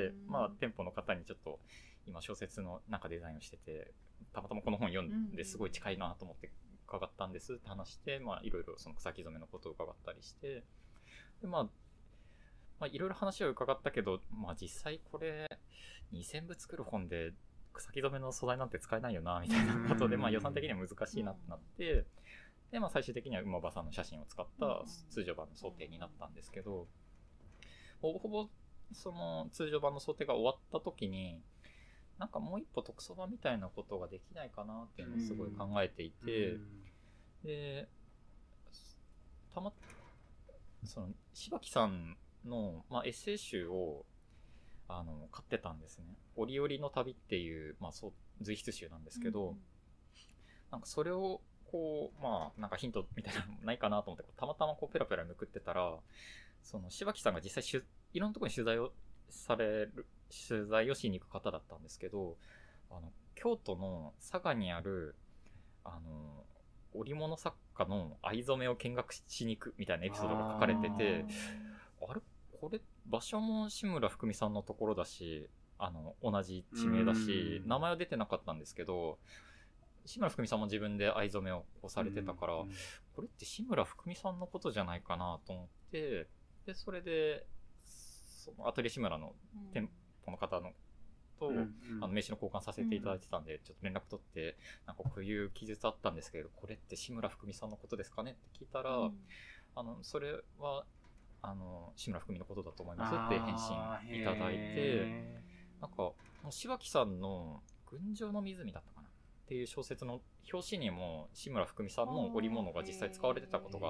まあ店舗の方にちょっと今小説のなんかデザインをしてて、たまたまこの本読んですごい近いなと思って伺ったんですって話して、まあいろいろその草木染めのことを伺ったりして、でまあまあいろいろ話を伺ったけど、まあ実際これにせんぶ作る本で草木染めの素材なんて使えないよなみたいなことで、まあ予算的には難しいなってなって、でまあ最終的には馬場さんの写真を使った通常版の想定になったんですけど、ほぼほぼその通常版の想定が終わった時に、なんかもう一歩特装版みたいなことができないかなっていうのをすごい考えていて、でたまその柴木さんの、まあ、エッセイ集をあの買ってたんですね。折々の旅っていう、まあ、そう随筆集なんですけど、うん、なんかそれをこうまあなんかヒントみたいなのないかなと思ってたまたまこうペラペラめくってたら、その柴木さんが実際しゅいろんなところに取材をされる取材をしに行く方だったんですけど、あの京都の佐賀にあるあの織物作家の藍染めを見学しに行くみたいなエピソードが書かれてて、あれこれ場所も志村ふくみさんのところだし、あの同じ地名だし、名前は出てなかったんですけど、志村ふくみさんも自分で藍染めをされてたから、これって志村ふくみさんのことじゃないかなと思って、でそれでそのアトリエ志村の店舗の方のと、うんうん、あの名刺の交換させていただいてたんで、ちょっと連絡取って、なんかこういう記述あったんですけど、これって志村ふくみさんのことですかねって聞いたら、うん、あのそれはあの志村ふくみのことだと思いますって返信いただいて、なんか柴木さんの群青の湖だったかなっていう小説の表紙にも志村ふくみさんの織物が実際使われてたことがあって、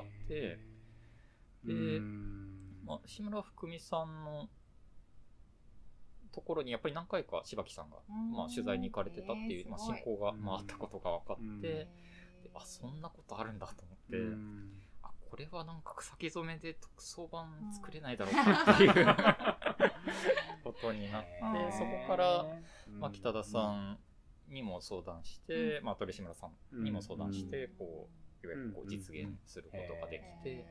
で、まあ、志村ふくみさんのところにやっぱり何回か柴木さんが、まあ、取材に行かれてたっていう、まあ、進行が、まあ、あったことが分かって、であそんなことあるんだと思って、あこれはなんか草木染めで特装版作れないだろうかっていうことになって、そこから、まあ、北田さんにも相談して、まあ、鳥志村さんにも相談してこういわゆるこう実現することができて、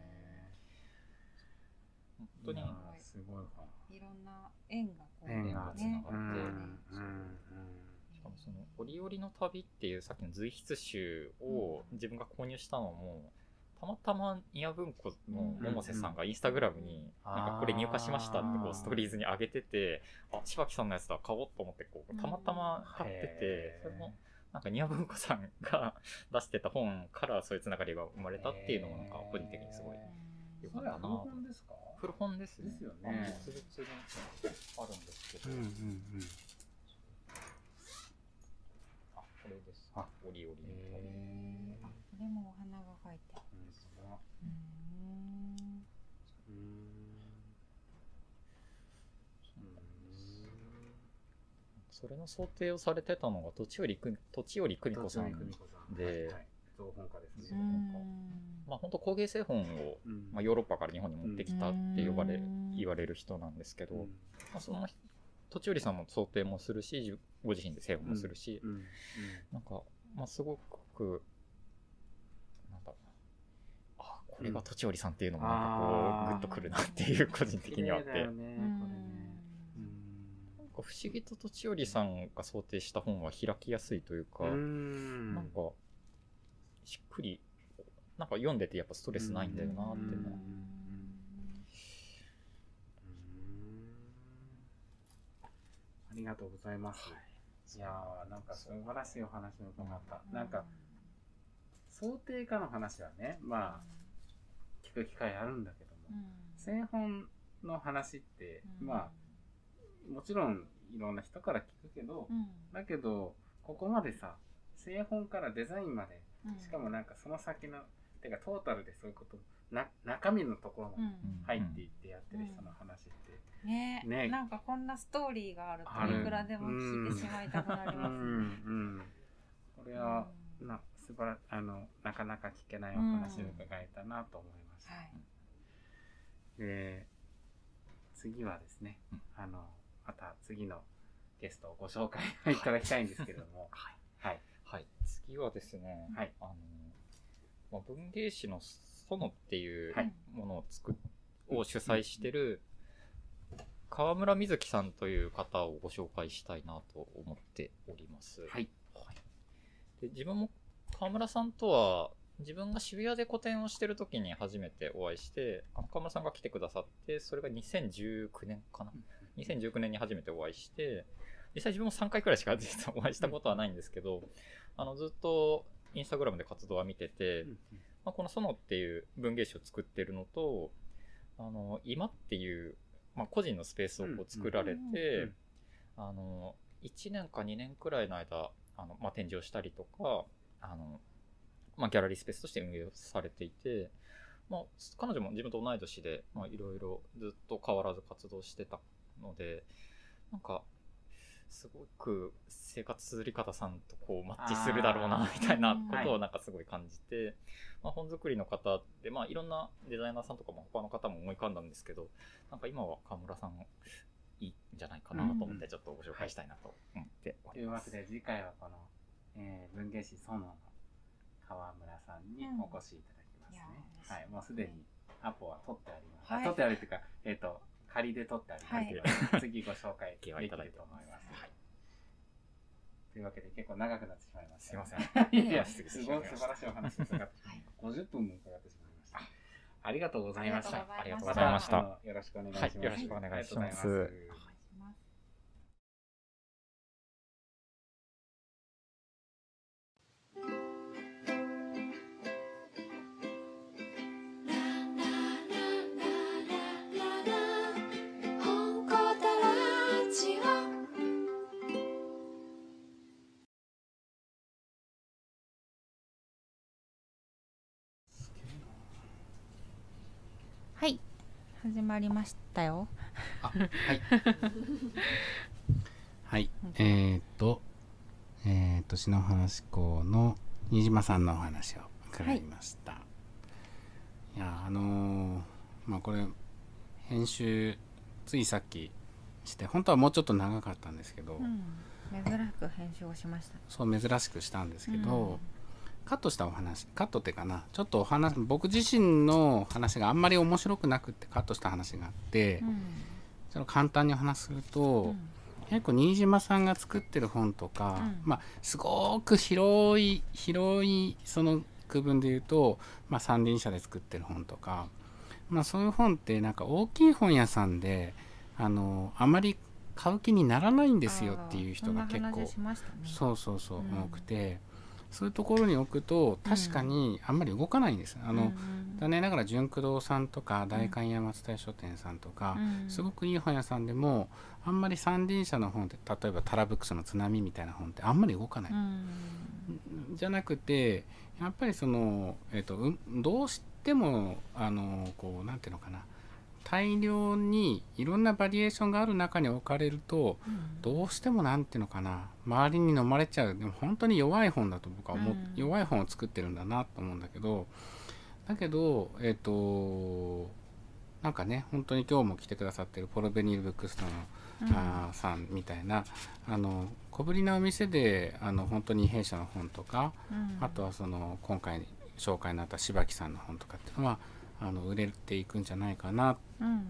本当にすごいわ。 いろんな縁がこう縁がつながって、 しかもその折々の旅っていうさっきの随筆集を自分が購入したのも、たまたまニア文庫の百瀬さんがインスタグラムになんかこれ入荷しましたってこうストーリーズに上げてて、あ柴木さんのやつだ買おうと思ってこうたまたま買ってて、それもなんかニア文庫さんが出してた本からそういうつながりが生まれたっていうのもなんか個人的にすごい良かったな。 古本ですか？ 古本ですね。 ですよね。 実物にあるんですけど、 うんうんうん、 あこれです。あ折々の旅。 これもお花が描いてある。 うんそれの想定をされてたのが土地よりく土地より久美子さんで、 造本家ですね。 まあ本当工芸製本を、まあ、ヨーロッパから日本に持ってきたって呼ばれ言われる人なんですけど、まあ、その土地よりさんも想定もするし、ご自身で製本もするし、なんかまあすごくなんだろうな、あ、これが土地よりさんっていうのもなんかこうグッとくるなっていう個人的にはあって。不思議と土地よりさんが想定した本は開きやすいというか、うんなんかしっくりなんか読んでてやっぱストレスないんだよなっていうのは。 ありがとうございます。はい、いやーなんか素晴らしいお話を伺った。なんか想定家の話はね、まあ聞く機会あるんだけども、製本の話ってまあもちろんいろんな人から聞くけど、うん、だけどここまでさ製本からデザインまで、うん、しかもなんかその先のてかトータルでそういうことな中身のところまで入っていってやってる人の話って、 うんねね、なんかこんなストーリーがあるといくらでも聞いてしまいたくなりますね。うんうん、 これは、うん、な素晴らあのなかなか聞けないお話を伺えたなと思いました。うんはい、で次はですね、あのまた次のゲストをご紹介いただきたいんですけれども、はい、 はい、はい、次はですね、はい、あのまあ、文芸誌の園っていうものを作っ、はい、を主催してる川村瑞希さんという方をご紹介したいなと思っております。はい。はい、で自分も川村さんとは自分が渋谷で個展をしてる時に初めてお会いして、あの川村さんが来てくださって、それがにせんじゅうきゅうねんかな。にせんじゅうきゅうねんに初めてお会いして、実際自分もさんかいくらいしか実はお会いしたことはないんですけど、あのずっとインスタグラムで活動は見てて、まあ、この園っていう文芸誌を作ってるのと、あの今っていう、まあ、個人のスペースをこう作られて、あのいちねんかにねんくらいの間、あの、まあ、展示をしたりとか、あのまあ、ギャラリースペースとして運営をされていて、まあ、彼女も自分と同い年でいろいろずっと変わらず活動してたので、なんかすごく生活綴り方さんとこうマッチするだろうなみたいなことをなんかすごい感じて、はいまあ、本作りの方で、まあ、いろんなデザイナーさんとかも他の方も思い浮かんだんですけど、なんか今は川村さんいいんじゃないかなと思ってちょっとご紹介したいなと思っております。 というわけで次回はこの、えー、文芸誌園の川村さんにお越しいただきますね。うん、はい、もうすでにアポは取ってあります。はい、取ってあるというか、えっ、ー、と仮で取ってありますので、はい、次ご紹介できると思います。はい、というわけで結構長くなってしまいました。 すいません。 いや、すごい素晴らしいお話を伺って、ごじゅっぷんも伺ってしまいました。ありがとうございました。 ありがとうございました。 よろしくお願いします。 はい、よろしくお願いします。 はい、始まりましたよ。 あ、はい。はい、えー、っと、えー、っと篠原志向の新島さんのお話を伺いました。はい、いや、あのー、まあこれ編集ついさっきして本当はもうちょっと長かったんですけど、うん、 珍しく編集をしました。 そう珍しくしたんですけど。うんカットしたお話カットっていうかなちょっとお話僕自身の話があんまり面白くなくってカットした話があって、うん、ちょっと簡単にお話すると、うん、結構新島さんが作ってる本とか、うん、まあすごく広い広いその区分で言うと、まあ、三輪車で作ってる本とか、まあ、そういう本ってなんか大きい本屋さんであのあまり買う気にならないんですよっていう人が結構、ね、そうそうそう、うん、多くて。そういうところに置くと確かにあんまり動かないんです。うん、あの残念ながら純駆動さんとか代官山津田屋書店さんとか、うん、すごくいい本屋さんでもあんまり三輪車の本って例えばタラブックスの津波みたいな本ってあんまり動かない、うん、じゃなくてやっぱりその、えーと、どうしてもあのこうなんていうのかな大量にいろんなバリエーションがある中に置かれると、うん、どうしてもなんていうのかな、周りに飲まれちゃう。でも本当に弱い本だと僕は思っ、うん、弱い本を作ってるんだなと思うんだけど、だけどえっとなんかね、本当に今日も来てくださってるポルベニールブックストの、うん、あさんみたいな、あの小ぶりなお店であの本当に弊社の本とか、うん、あとはその今回紹介になった柴木さんの本とかっていうのはあの売れていくんじゃないかな、うんうん、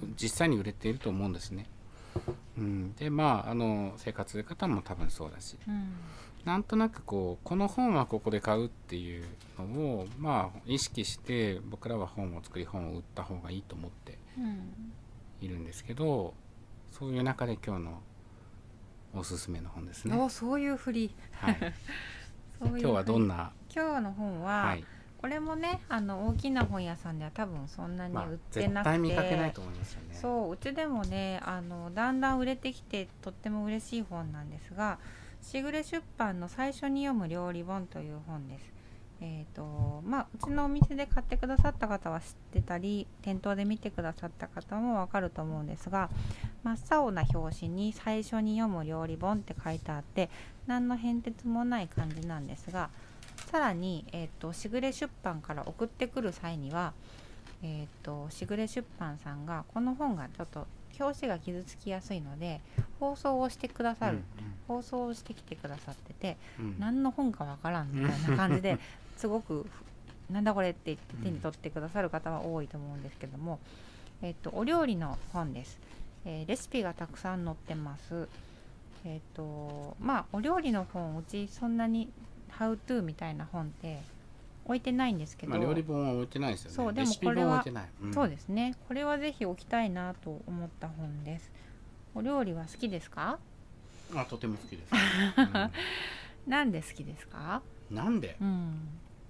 実際に売れていると思うんですね。うん、でまああの生活で方も多分そうだし、うん、なんとなくこうこの本はここで買うっていうのをまあ意識して僕らは本を作り本を売った方がいいと思っているんですけど、そういう中で今日のおすすめの本ですね。 お、そういう振り、 はい、そういう今日はどんな今日の本は、はい、これもねあの大きな本屋さんでは多分そんなに売ってなくて、まあ、絶対見かけないと思いますよね。 そううちでもねあのだんだん売れてきてとっても嬉しい本なんですが、しぐれ出版の最初に読む料理本という本です。えーとまあ、うちのお店で買ってくださった方は知ってたり店頭で見てくださった方もわかると思うんですが、真っ青な表紙に最初に読む料理本って書いてあって何の変哲もない感じなんですが、さらに、えーと、しぐれ出版から送ってくる際には、えーと、しぐれ出版さんがこの本がちょっと表紙が傷つきやすいので放送をしてくださる、うんうん、放送をしてきてくださってて、うん、何の本かわからんみたいな感じですごくなんだこれって言って手に取ってくださる方は多いと思うんですけども、えっと、お料理の本です、えー、レシピがたくさん載ってます。えっとまあお料理の本うちそんなにハウトゥーみたいな本って置いてないんですけど、 まあ、料理本は置いてないですよね。 そうでもこれは、うん、そうですね、これはぜひ置きたいなと思った本です。お料理は好きですか？ あ、とても好きです、 うん、なんで好きですか？ なんで、 うん、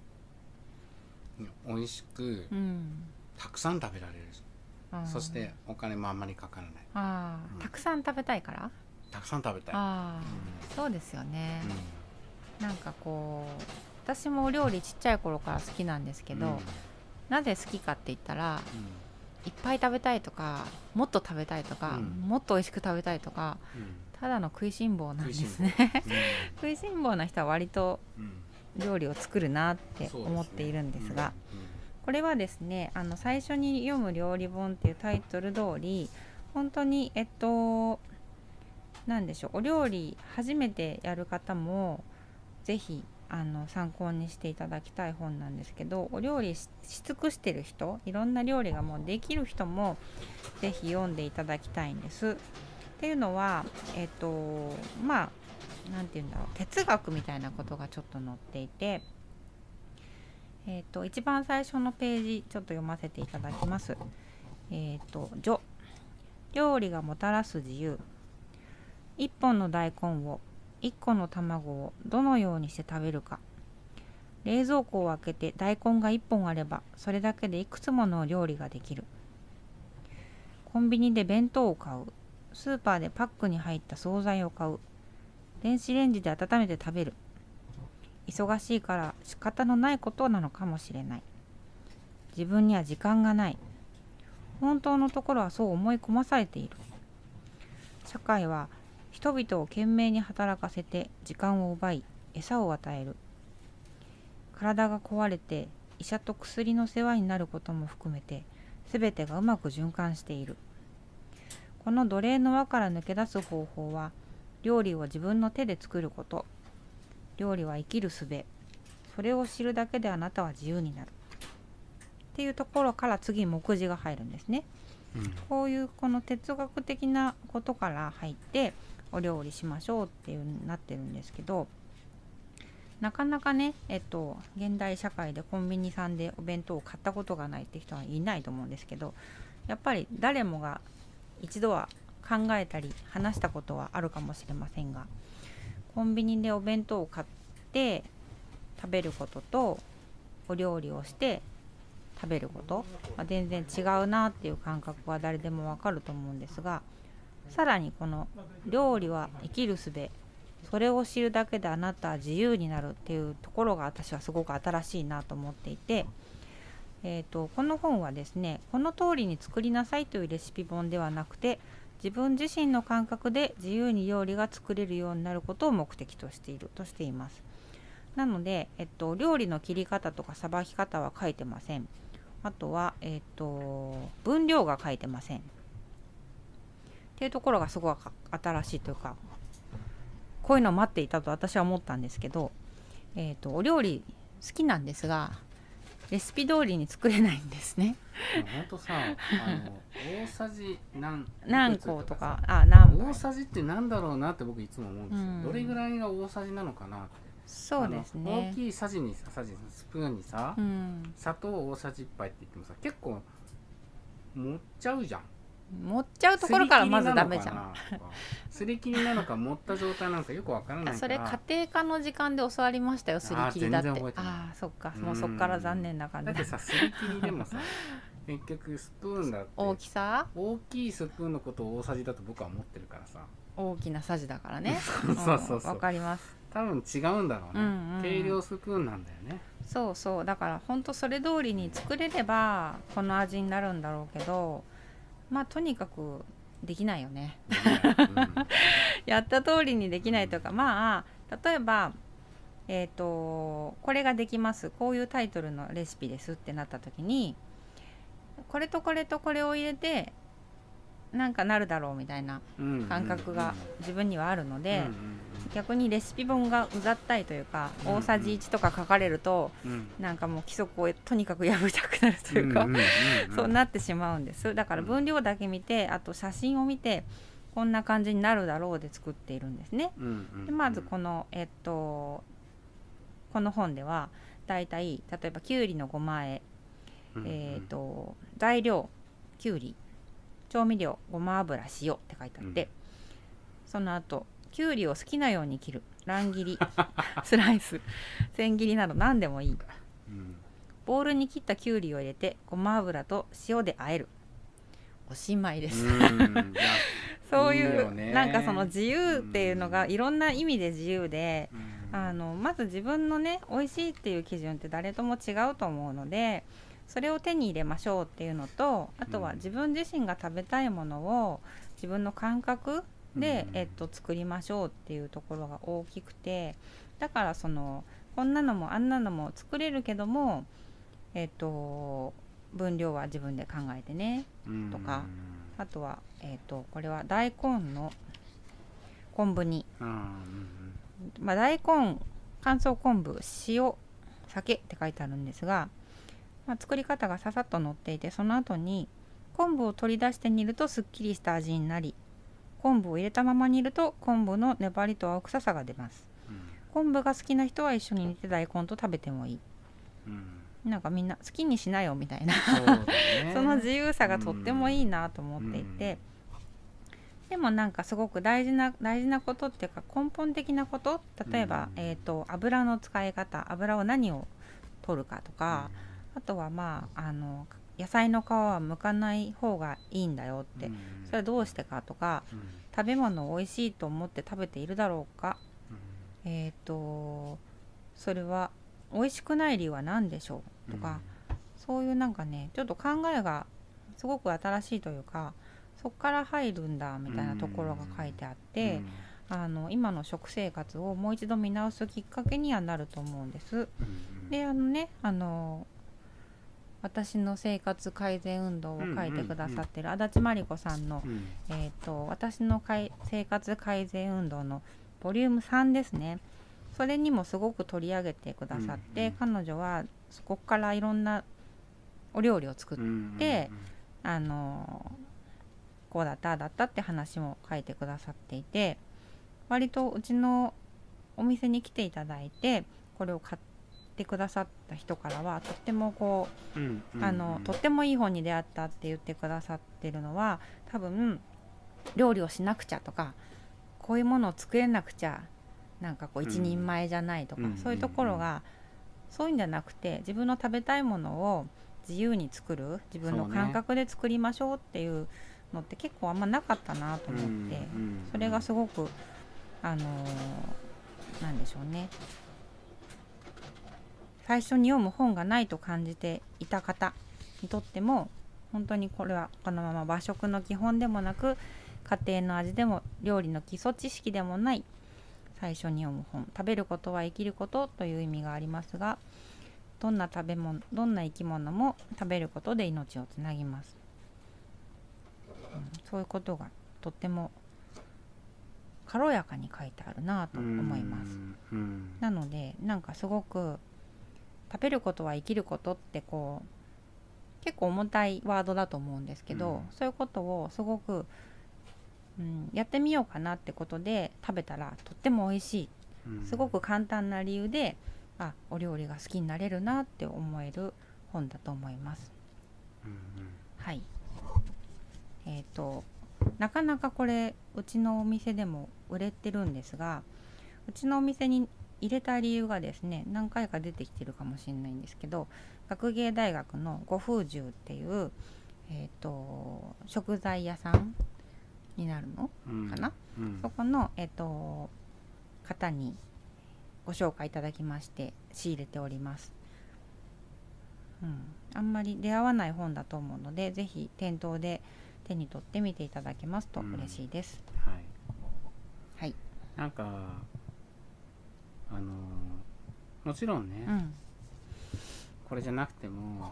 美味しく、うん、たくさん食べられる、そしてお金もあんまりかからない。 あ、うん、たくさん食べたいから？ たくさん食べたい。 あ、うん、そうですよね、うん、なんかこう私もお料理ちっちゃい頃から好きなんですけど、うん、なぜ好きかって言ったら、うん、いっぱい食べたいとかもっと食べたいとか、うん、もっと美味しく食べたいとか、うん、ただの食いしん坊なんですね。食いしん坊な人は割と料理を作るなって思っているんですが、これはですねあの最初に読む料理本っていうタイトル通り本当にえっとなんでしょう、お料理初めてやる方もぜひあの参考にしていただきたい本なんですけど、お料理 し, し尽くしてる人、いろんな料理がもうできる人もぜひ読んでいただきたいんです。っていうのはえっとまあなんていうんだろう、哲学みたいなことがちょっと載っていて、えっと一番最初のページちょっと読ませていただきます。えっと序、料理がもたらす自由。一本の大根をいっこの卵をどのようにして食べるか。冷蔵庫を開けて大根がいっぽんあればそれだけでいくつもの料理ができる。コンビニで弁当を買う。スーパーでパックに入った惣菜を買う。電子レンジで温めて食べる。忙しいから仕方のないことなのかもしれない。自分には時間がない。本当のところはそう思い込まされている。社会は人々を懸命に働かせて時間を奪い餌を与える。体が壊れて医者と薬の世話になることも含めて全てがうまく循環している。この奴隷の輪から抜け出す方法は料理を自分の手で作ること。料理は生きる術。それを知るだけであなたは自由になる。っていうところから次目次が入るんですね。うん、こういうこの哲学的なことから入ってお料理しましょうっていうなってるんですけど、なかなかね、えっと、現代社会でコンビニさんでお弁当を買ったことがないって人はいないと思うんですけど、やっぱり誰もが一度は考えたり話したことはあるかもしれませんが、コンビニでお弁当を買って食べることとお料理をして食べること、まあ、全然違うなっていう感覚は誰でもわかると思うんですが、さらにこの料理は生きる術、それを知るだけであなたは自由になるっていうところが私はすごく新しいなと思っていて、 えーと、この本はですね、この通りに作りなさいというレシピ本ではなくて、自分自身の感覚で自由に料理が作れるようになることを目的としているとしています。なので、えっと、料理の切り方とかさばき方は書いてません。あとは、えっと、分量が書いてませんっていうところがすごい新しいというか、こういうのを待っていたと私は思ったんですけど、えっと、お料理好きなんですがレシピ通りに作れないんですね。 ほんとさ、あの大さじ 何, 何個とか、あ、何大さじってなんだろうなって僕いつも思うんですよ、うん、どれぐらいが大さじなのかなって。 そうですね。 大きいさじにさじスプーンにさ、うん、砂糖大さじいっぱいって言ってもさ、結構持っちゃうじゃん。 持っちゃうところからまずダメじゃん。 すり切りなのか持った状態なのかよくわからないから。 それ家庭科の時間で教わりましたよ、すり切りだって。あ、あ、そっか、もうそっから残念な感じだってさ、すり切りでもさ結局スプーンだって大きさ大きいスプーンのことを大さじだと僕は思ってるからさ。 大きなさじだからね。 そうそうそうそう、 わかります。 多分違うんだろうね、うんうん、計量スプーンなんだよね。 そうそう、だからほんとそれ通りに作れればこの味になるんだろうけど、まあとにかくできないよね、うん、やった通りにできないというか、まあ例えばえっとこれができます、こういうタイトルのレシピですってなった時に、これとこれとこれを入れてなんかなるだろうみたいな感覚が自分にはあるので、逆にレシピ本がうざったいというか、大さじいちとか書かれるとなんかもう規則をとにかく破りたくなるというか、そうなってしまうんです。だから分量だけ見て、あと写真を見てこんな感じになるだろうで作っているんですね。でまずこのえっとこの本ではだいたい例えばきゅうりのごま和え、えっと材料きゅうり、調味料ごま油塩って書いてあって、うん、その後きゅうりを好きなように切る、乱切りスライス千切りなど何でもいい、うん、ボウルに切ったきゅうりを入れてごま油と塩で和える、おしまいです。うんそういう、いいよね、なんかその自由っていうのがいろんな意味で自由で、うん、あのまず自分のね美味しいっていう基準って誰とも違うと思うので、それを手に入れましょうっていうのと、あとは自分自身が食べたいものを自分の感覚で、うん、えっと、作りましょうっていうところが大きくて、だからそのこんなのもあんなのも作れるけども、えっと、分量は自分で考えてねとか、あとは、えっと、これは大根の昆布煮、まあ、大根乾燥昆布塩酒って書いてあるんですが、まあ、作り方がささっと載っていて、その後に昆布を取り出して煮るとすっきりした味になり、昆布を入れたまま煮ると昆布の粘りと青臭さが出ます、うん、昆布が好きな人は一緒に煮て大根と食べてもいい、うん、なんかみんな好きにしなよみたいな そ,、ね、その自由さがとってもいいなと思っていて、うん、でもなんかすごく大事な大事なことっていうか根本的なこと、例えば、うん、えーと、油の使い方、油を何を取るかとか、うん、あとはまああの野菜の皮は剥かない方がいいんだよって、うん、それはどうしてかとか、うん、食べ物を美味しいと思って食べているだろうか、うん、えっとそれは美味しくない理由は何でしょうとか、うん、そういうなんかねちょっと考えがすごく新しいというか、そこから入るんだみたいなところが書いてあって、うん、あの今の食生活をもう一度見直すきっかけにはなると思うんです、うん、であのねあの私の生活改善運動を書いてくださってる足立真理子さんの、うん、えー、と私の生活改善運動のボリュームさんですね。それにもすごく取り上げてくださって、うん、彼女はそこからいろんなお料理を作って、うん、あのこうだっただったって話も書いてくださっていて、割とうちのお店に来ていただいてこれを買っててくださった人からはとってもこう、うんうんうん、あのとってもいい本に出会ったって言ってくださってるのは、多分料理をしなくちゃとかこういうものを作れなくちゃなんかこう一人前じゃないとか、うん、そういうところが、うんうんうん、そういうんじゃなくて自分の食べたいものを自由に作る、自分の感覚で作りましょうっていうのって結構あんまなかったなと思って、うんうんうん、それがすごくあのー、なんでしょうね、 最初に読む本がないと感じていた方にとっても本当にこれはこのまま和食の基本でもなく家庭の味でも料理の基礎知識でもない最初に読む本。食べることは生きることという意味がありますが、どんな食べ物どんな生き物も食べることで命をつなぎます、うん、そういうことがとっても軽やかに書いてあるなと思います。なのでなんかすごく食べることは生きることってこう結構重たいワードだと思うんですけど、うん、そういうことをすごく、うん、やってみようかなってことで食べたらとっても美味しい、うん、すごく簡単な理由であお料理が好きになれるなって思える本だと思います、うんうん、はいえっとなかなかこれうちのお店でも売れてるんですが、うちのお店に入れた理由がですね何回か出てきてるかもしれないんですけど、学芸大学の五風重っていう、えー、と食材屋さんになるのかな、うんうん、そこの、えー、と方にご紹介いただきまして仕入れております、うん、あんまり出会わない本だと思うのでぜひ店頭で手に取ってみていただけますと嬉しいです、うん、はい、はい、 なんかあのー、もちろんね、うん、これじゃなくても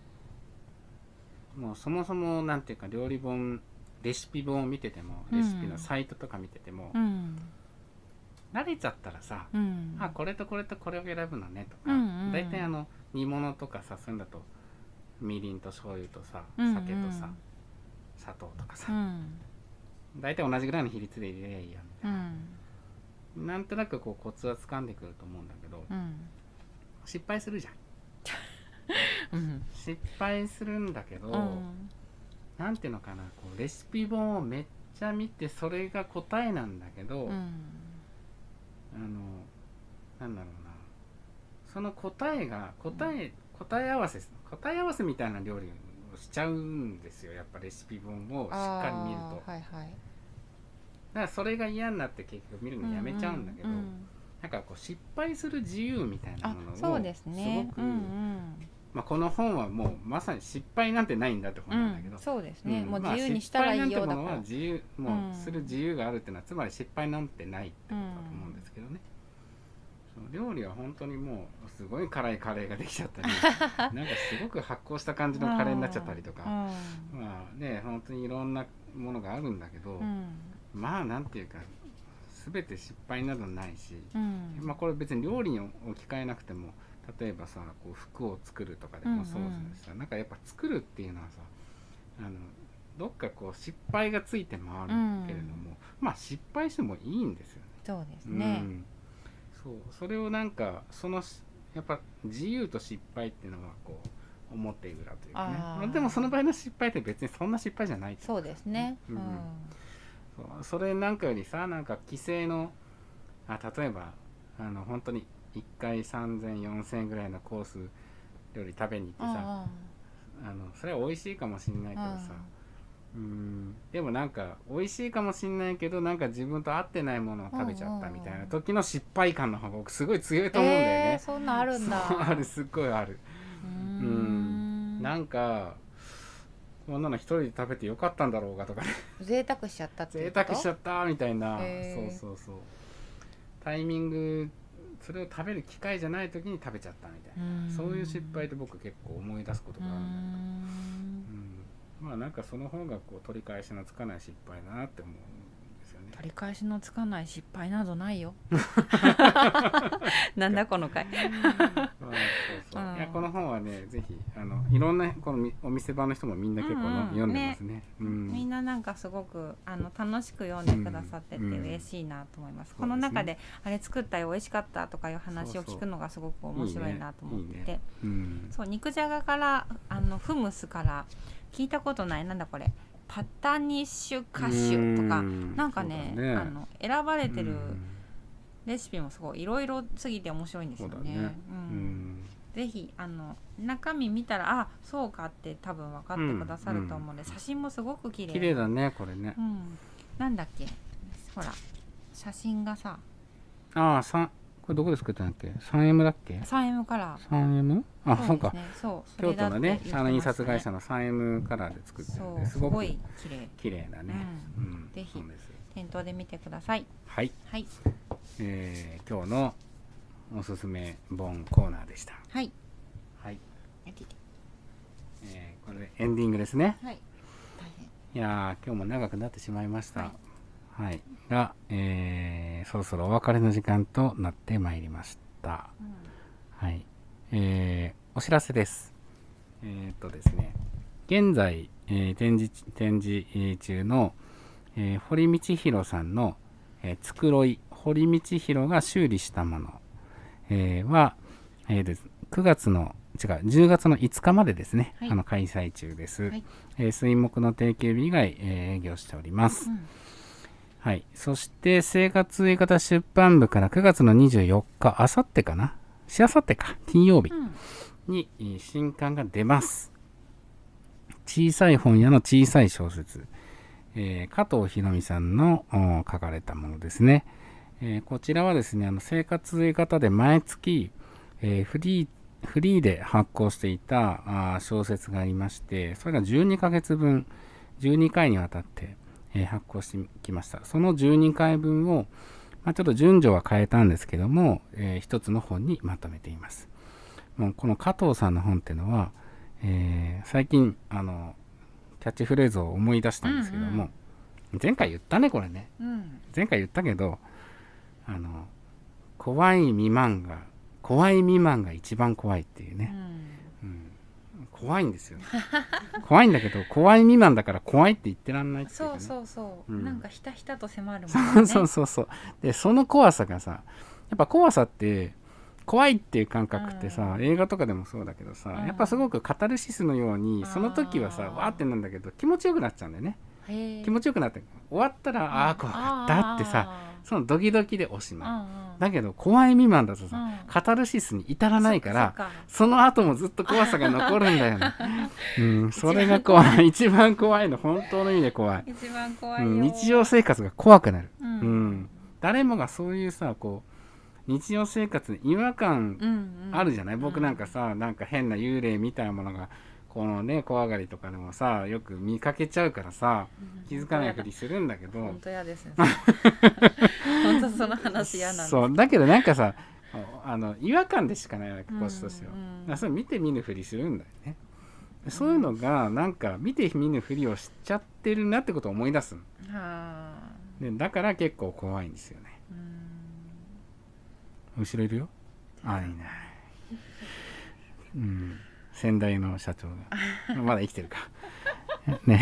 もうそもそもなんていうか料理本レシピ本を見てても、レシピのサイトとか見てても、うん、慣れちゃったらさ、うん、あこれとこれとこれを選ぶのねとか、うんうん、だいたいあの煮物とかさそういうんだとみりんと醤油とさ、うんうん、酒とさ砂糖とかさ、うん、だいたい同じぐらいの比率で入れりゃいいやみたいな、うん、なんとなくこうコツは掴んでくると思うんだけど、うん、失敗するじゃん、うん、失敗するんだけど、うん、なんていうのかなこうレシピ本をめっちゃ見てそれが答えなんだけど、うん、あのなんだろうなその答えが答え、うん、答え合わせ答え合わせみたいな料理をしちゃうんですよやっぱレシピ本をしっかり見ると、はいはい、だからそれが嫌になって結局見るのやめちゃうんだけど、うんうん、なんかこう失敗する自由みたいなものをすごく、ねうんうんまあ、この本はもうまさに失敗なんてないんだって本なんだけど、うん、 そうですね、うん、もう自由にしたらいいよだから、まあ、失敗なんてものは自由もうする自由があるっていうのは、うん、つまり失敗なんてないってことだと思うんですけどね、うん、料理は本当にもうすごい辛いカレーができちゃったりなんかすごく発酵した感じのカレーになっちゃったりとかまあね本当にいろんなものがあるんだけど、うん、まあなんていうか全て失敗などないし、うんまあ、これ別に料理に置き換えなくても例えばさこう服を作るとかでもそうですさ、うんうん、なんかやっぱ作るっていうのはさあのどっかこう失敗がついて回るけれども、うん、まあ失敗してもいいんですよね。 そうですね、うん、 そうそれをなんかそのやっぱ自由と失敗っていうのはこう思っているらというかねあでもその場合の失敗って別にそんな失敗じゃないってそうですね、 うんうん、そうそれなんかよりさなんか規制のあ例えばあの本当にいっかいさんぜんよんせんえんぐらいのコース料理食べに行ってさあのそれは美味しいかもしんないけどさうんでもなんか美味しいかもしんないけどなんか自分と合ってないものを食べちゃったみたいな時の失敗感の方が僕すごい強いと思うんだよね、 えー、そんなあるんだそうあるすっごいあるうんうんなんかこんなの一人で食べてよかったんだろうかとかね贅沢しちゃったっていうこと贅沢しちゃったみたいな、えー、そうそうそうタイミングそれを食べる機会じゃない時に食べちゃったみたいなそういう失敗って僕結構思い出すことがあるんだけど、うん、まあなんかその方がこう取り返しのつかない失敗だなって思うんですよね。 取り返しのつかない失敗などないよなんだこの回そうそうそういやこの本はねぜひあのいろんなこのお店番の人もみんな結構の、うんうん、読んでますね、うん、 みんななんかすごくあの楽しく読んでくださってて嬉しいなと思います、うんうん、この中で、ね、あれ作ったよ美味しかったとかいう話を聞くのがすごく面白いなと思ってて、いいねいいねうん、そう肉じゃがからあのフムスから聞いたことないなんだこれパタニッシュカシュとかなんか ね, ねあの選ばれてるレシピもすごいいろいろすぎて面白いんですよ ね, ね、うん、ぜひあの中身見たらあそうかって多分分かってくださると思うので、うん、写真もすごく綺麗綺麗だねこれね、 うん、なんだっけほら写真がさああさこれどこで作ったんだっけ？ スリーエム だっけ？ スリーエム カラー。 スリーエム？ あ、そう、そうか。 そう、 京都のね、あの印刷会社の スリーエム カラーで作ってるんで、すごく綺麗。綺麗だね。 うん。ぜひ店頭で見てください。 はい。 はい。 えー、今日のおすすめ本コーナーでした。 はい。 はい。えー、これでエンディングですね。 はい。大変。 いやー、今日も長くなってしまいました。はい。はい、が、えー、そろそろお別れの時間となってまいりました。うん、はい。えー、お知らせです。えー、っとですね、現在、えー、展示展示中の、えー、堀道弘さんの、えー、つくろい堀道弘が修理したもの、えー、は、えーです、くがつの違うじゅうがつのいつかまでですね、はい、あの開催中です。はい、えー、水木の定休日以外、えー、営業しております。うん、はい、そして生活言い方出版部からくがつのにじゅうよっか、あさってかな、しあさってか金曜日に、うん、新刊が出ます。小さい本屋の小さい小説、えー、加藤博美さんの書かれたものですね。えー、こちらはですね、あの生活言い方で毎月、えー、フリーフリーで発行していたあ小説がありまして、それがじゅうにかげつぶん、じゅうにかいにわたって、えー、発行してきました。そのじゅうにかいぶんを、まあ、ちょっと順序は変えたんですけども、えー、一つの本にまとめています。もうこの加藤さんの本っていうのは、えー、最近あのキャッチフレーズを思い出したんですけども、うんうん、前回言ったねこれね、うん、前回言ったけど、あの怖い未満が怖い未満が一番怖いっていうね、うんうん、怖いんですよ、ね、怖いんだけど怖い未満だから怖いって言ってらんないっていう、ね、 そうそうそう、うん、なんかひたひたと迫るもんね。そうそうそうで、その怖さがさ、やっぱ怖さって怖いっていう感覚ってさ、うん、映画とかでもそうだけどさ、うん、やっぱすごくカタルシスのように、その時はさわーってなんだけど気持ちよくなっちゃうんだよね。気持ちよくなって終わったら、うん、ああ怖かったってさ、そのドキドキでおしまい、うんうん、だけど怖い未満だとさ、うん、カタルシスに至らないから、 そ, その後もずっと怖さが残るんだよね。うん、それが怖い、一番怖いの、本当の意味で怖い、 一番怖いよ、 うん、日常生活が怖くなる、うんうん、誰もがそういうさ、こう日常生活に違和感あるじゃない、うんうん、僕なんかさ、なんか変な幽霊みたいなものがこのね怖がりとかでもさよく見かけちゃうからさ、気づかないふりするんだけど、 本当嫌ですね。本当その話嫌なんです。 そうだけどなんかさ、あの違和感でしかないわけ、こっちとしては、うんうん、それ見て見ぬふりするんだよね、うん、そういうのがなんか見て見ぬふりをしちゃってるなってことを思い出すの、うん、でだから結構怖いんですよね。うん、後ろいるよ、あ、いない、うん、先代の社長がまだ生きてるかね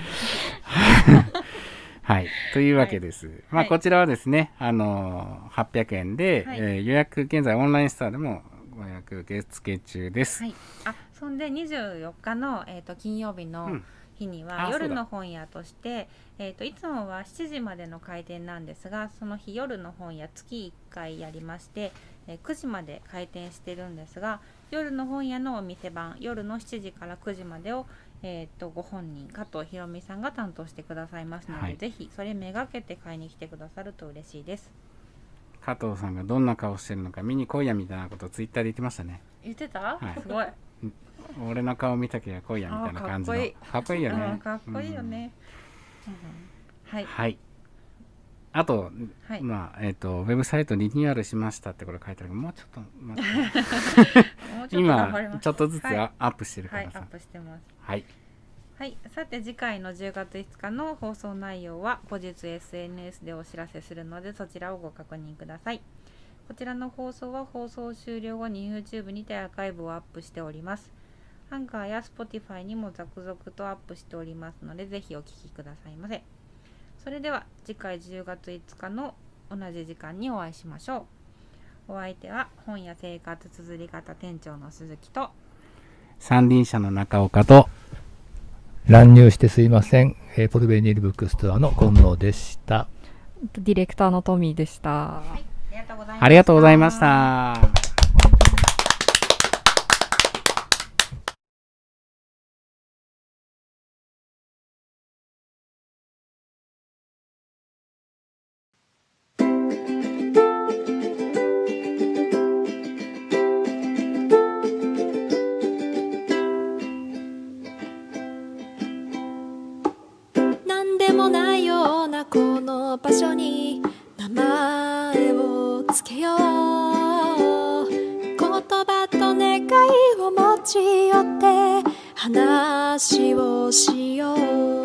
はい、というわけです、はい、まあこちらはですね、あのー、はっぴゃくえんで、はい、えー、予約現在オンラインストアでもご予約受付中です、はい、 あ、そんでにじゅうよっかの、えー、と金曜日の日には、うん、夜の本屋として、えー、といつもはしちじまでの開店なんですが、その日夜の本屋月いっかいやりまして、えー、くじまで開店してるんですが、夜の本屋のお店番、夜のしちじからくじまでを、えー、とご本人加藤博美さんが担当してくださいますので、はい、ぜひそれめがけて買いに来てくださると嬉しいです。 加藤さんがどんな顔してるのか見に来いやみたいなことをツイッターで言ってましたね。 言ってた、はい、すごい俺の顔見たけりゃ来いやみたいな感じの。かっこいい、 かっこいいよね、かっこいいよね、うんうん、はい、 はい、あと、はい、まあえっ、ー、とウェブサイトリニューアルしましたってこれ書いてあるけど、もうちょっと待って今ちょっとずつ、はい、アップしてるからさ、 はい、アップしてます。 はいはい、さて次回のじゅうがついつかの放送内容は後日 エスエヌエス でお知らせするので、そちらをご確認ください。こちらの放送は放送終了後に YouTube にてアーカイブをアップしております。アンカーや Spotify にも続々とアップしておりますので、ぜひお聞きくださいませ。それでは次回じゅうがついつかの同じ時間にお会いしましょう。お相手は本屋生活綴り方店長の鈴木と三輪車の中岡と乱入してすいません、えー、ポルベニールブックストアの近野でした。 ディレクターのトミーでした。はい、 ありがとうございました。 の場所に名前をつけよう。言葉と願いを持ち寄って話をしよう。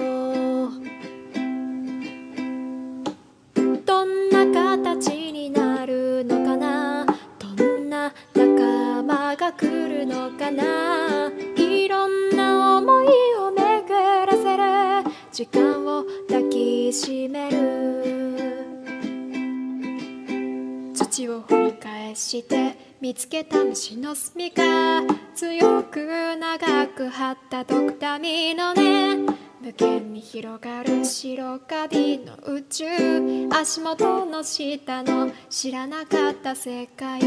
どんな形になるのかな、どんな仲間が来るのかな、いろんな思いを巡らせる時間を抱きしめる。土を掘り返して見つけた虫の住みか、強く長く張ったドクタミの根、無限に広がる白カビの宇宙、足元の下の知らなかった世界。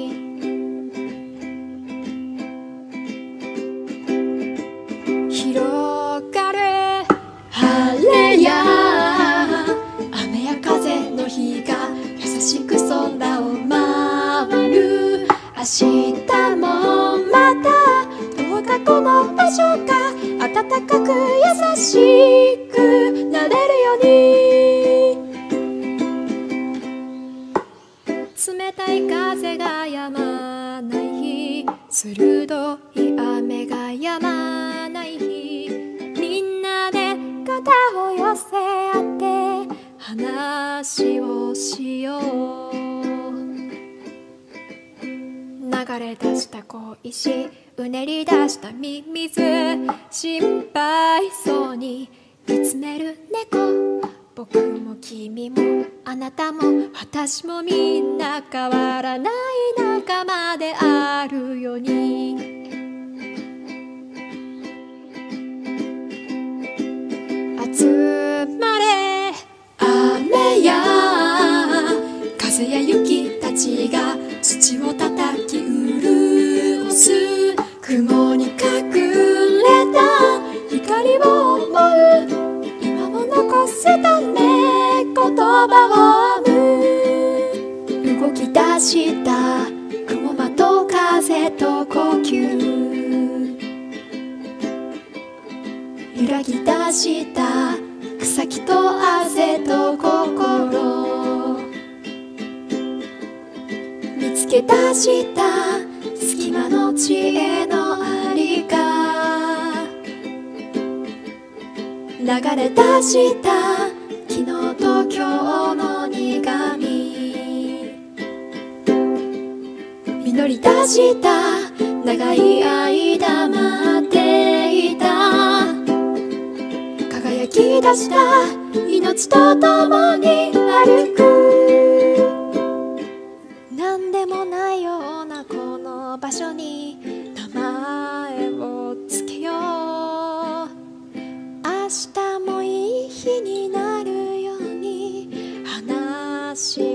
広がる晴れや雨や風の日が優しく空を回る。明日もまたどうかこの場所が暖かく優しくなれるように。冷たい風が止まない日、鋭い雨が止まない日、みんなで肩を寄せ合って話をしよう。流れ出した小石、うねり出したミミズ、心配そうに見つめる猫。僕も君もあなたも私もみんな変わらない仲間であるように。集まれ雨や風や雪たちが土を叩き潤す。雲に隠れた光を思う。今を残すため言葉を生む。動き出した雲間と風と呼吸、揺らぎ出した草木と汗と心、見つけ出した隙間の知恵のありか、流れ出した昨日と今日の苦み、実り出した長い間待っていた、輝き出した命と共に歩く。何でもないようなこの場所に名前をつけよう。明日もいい日になるように話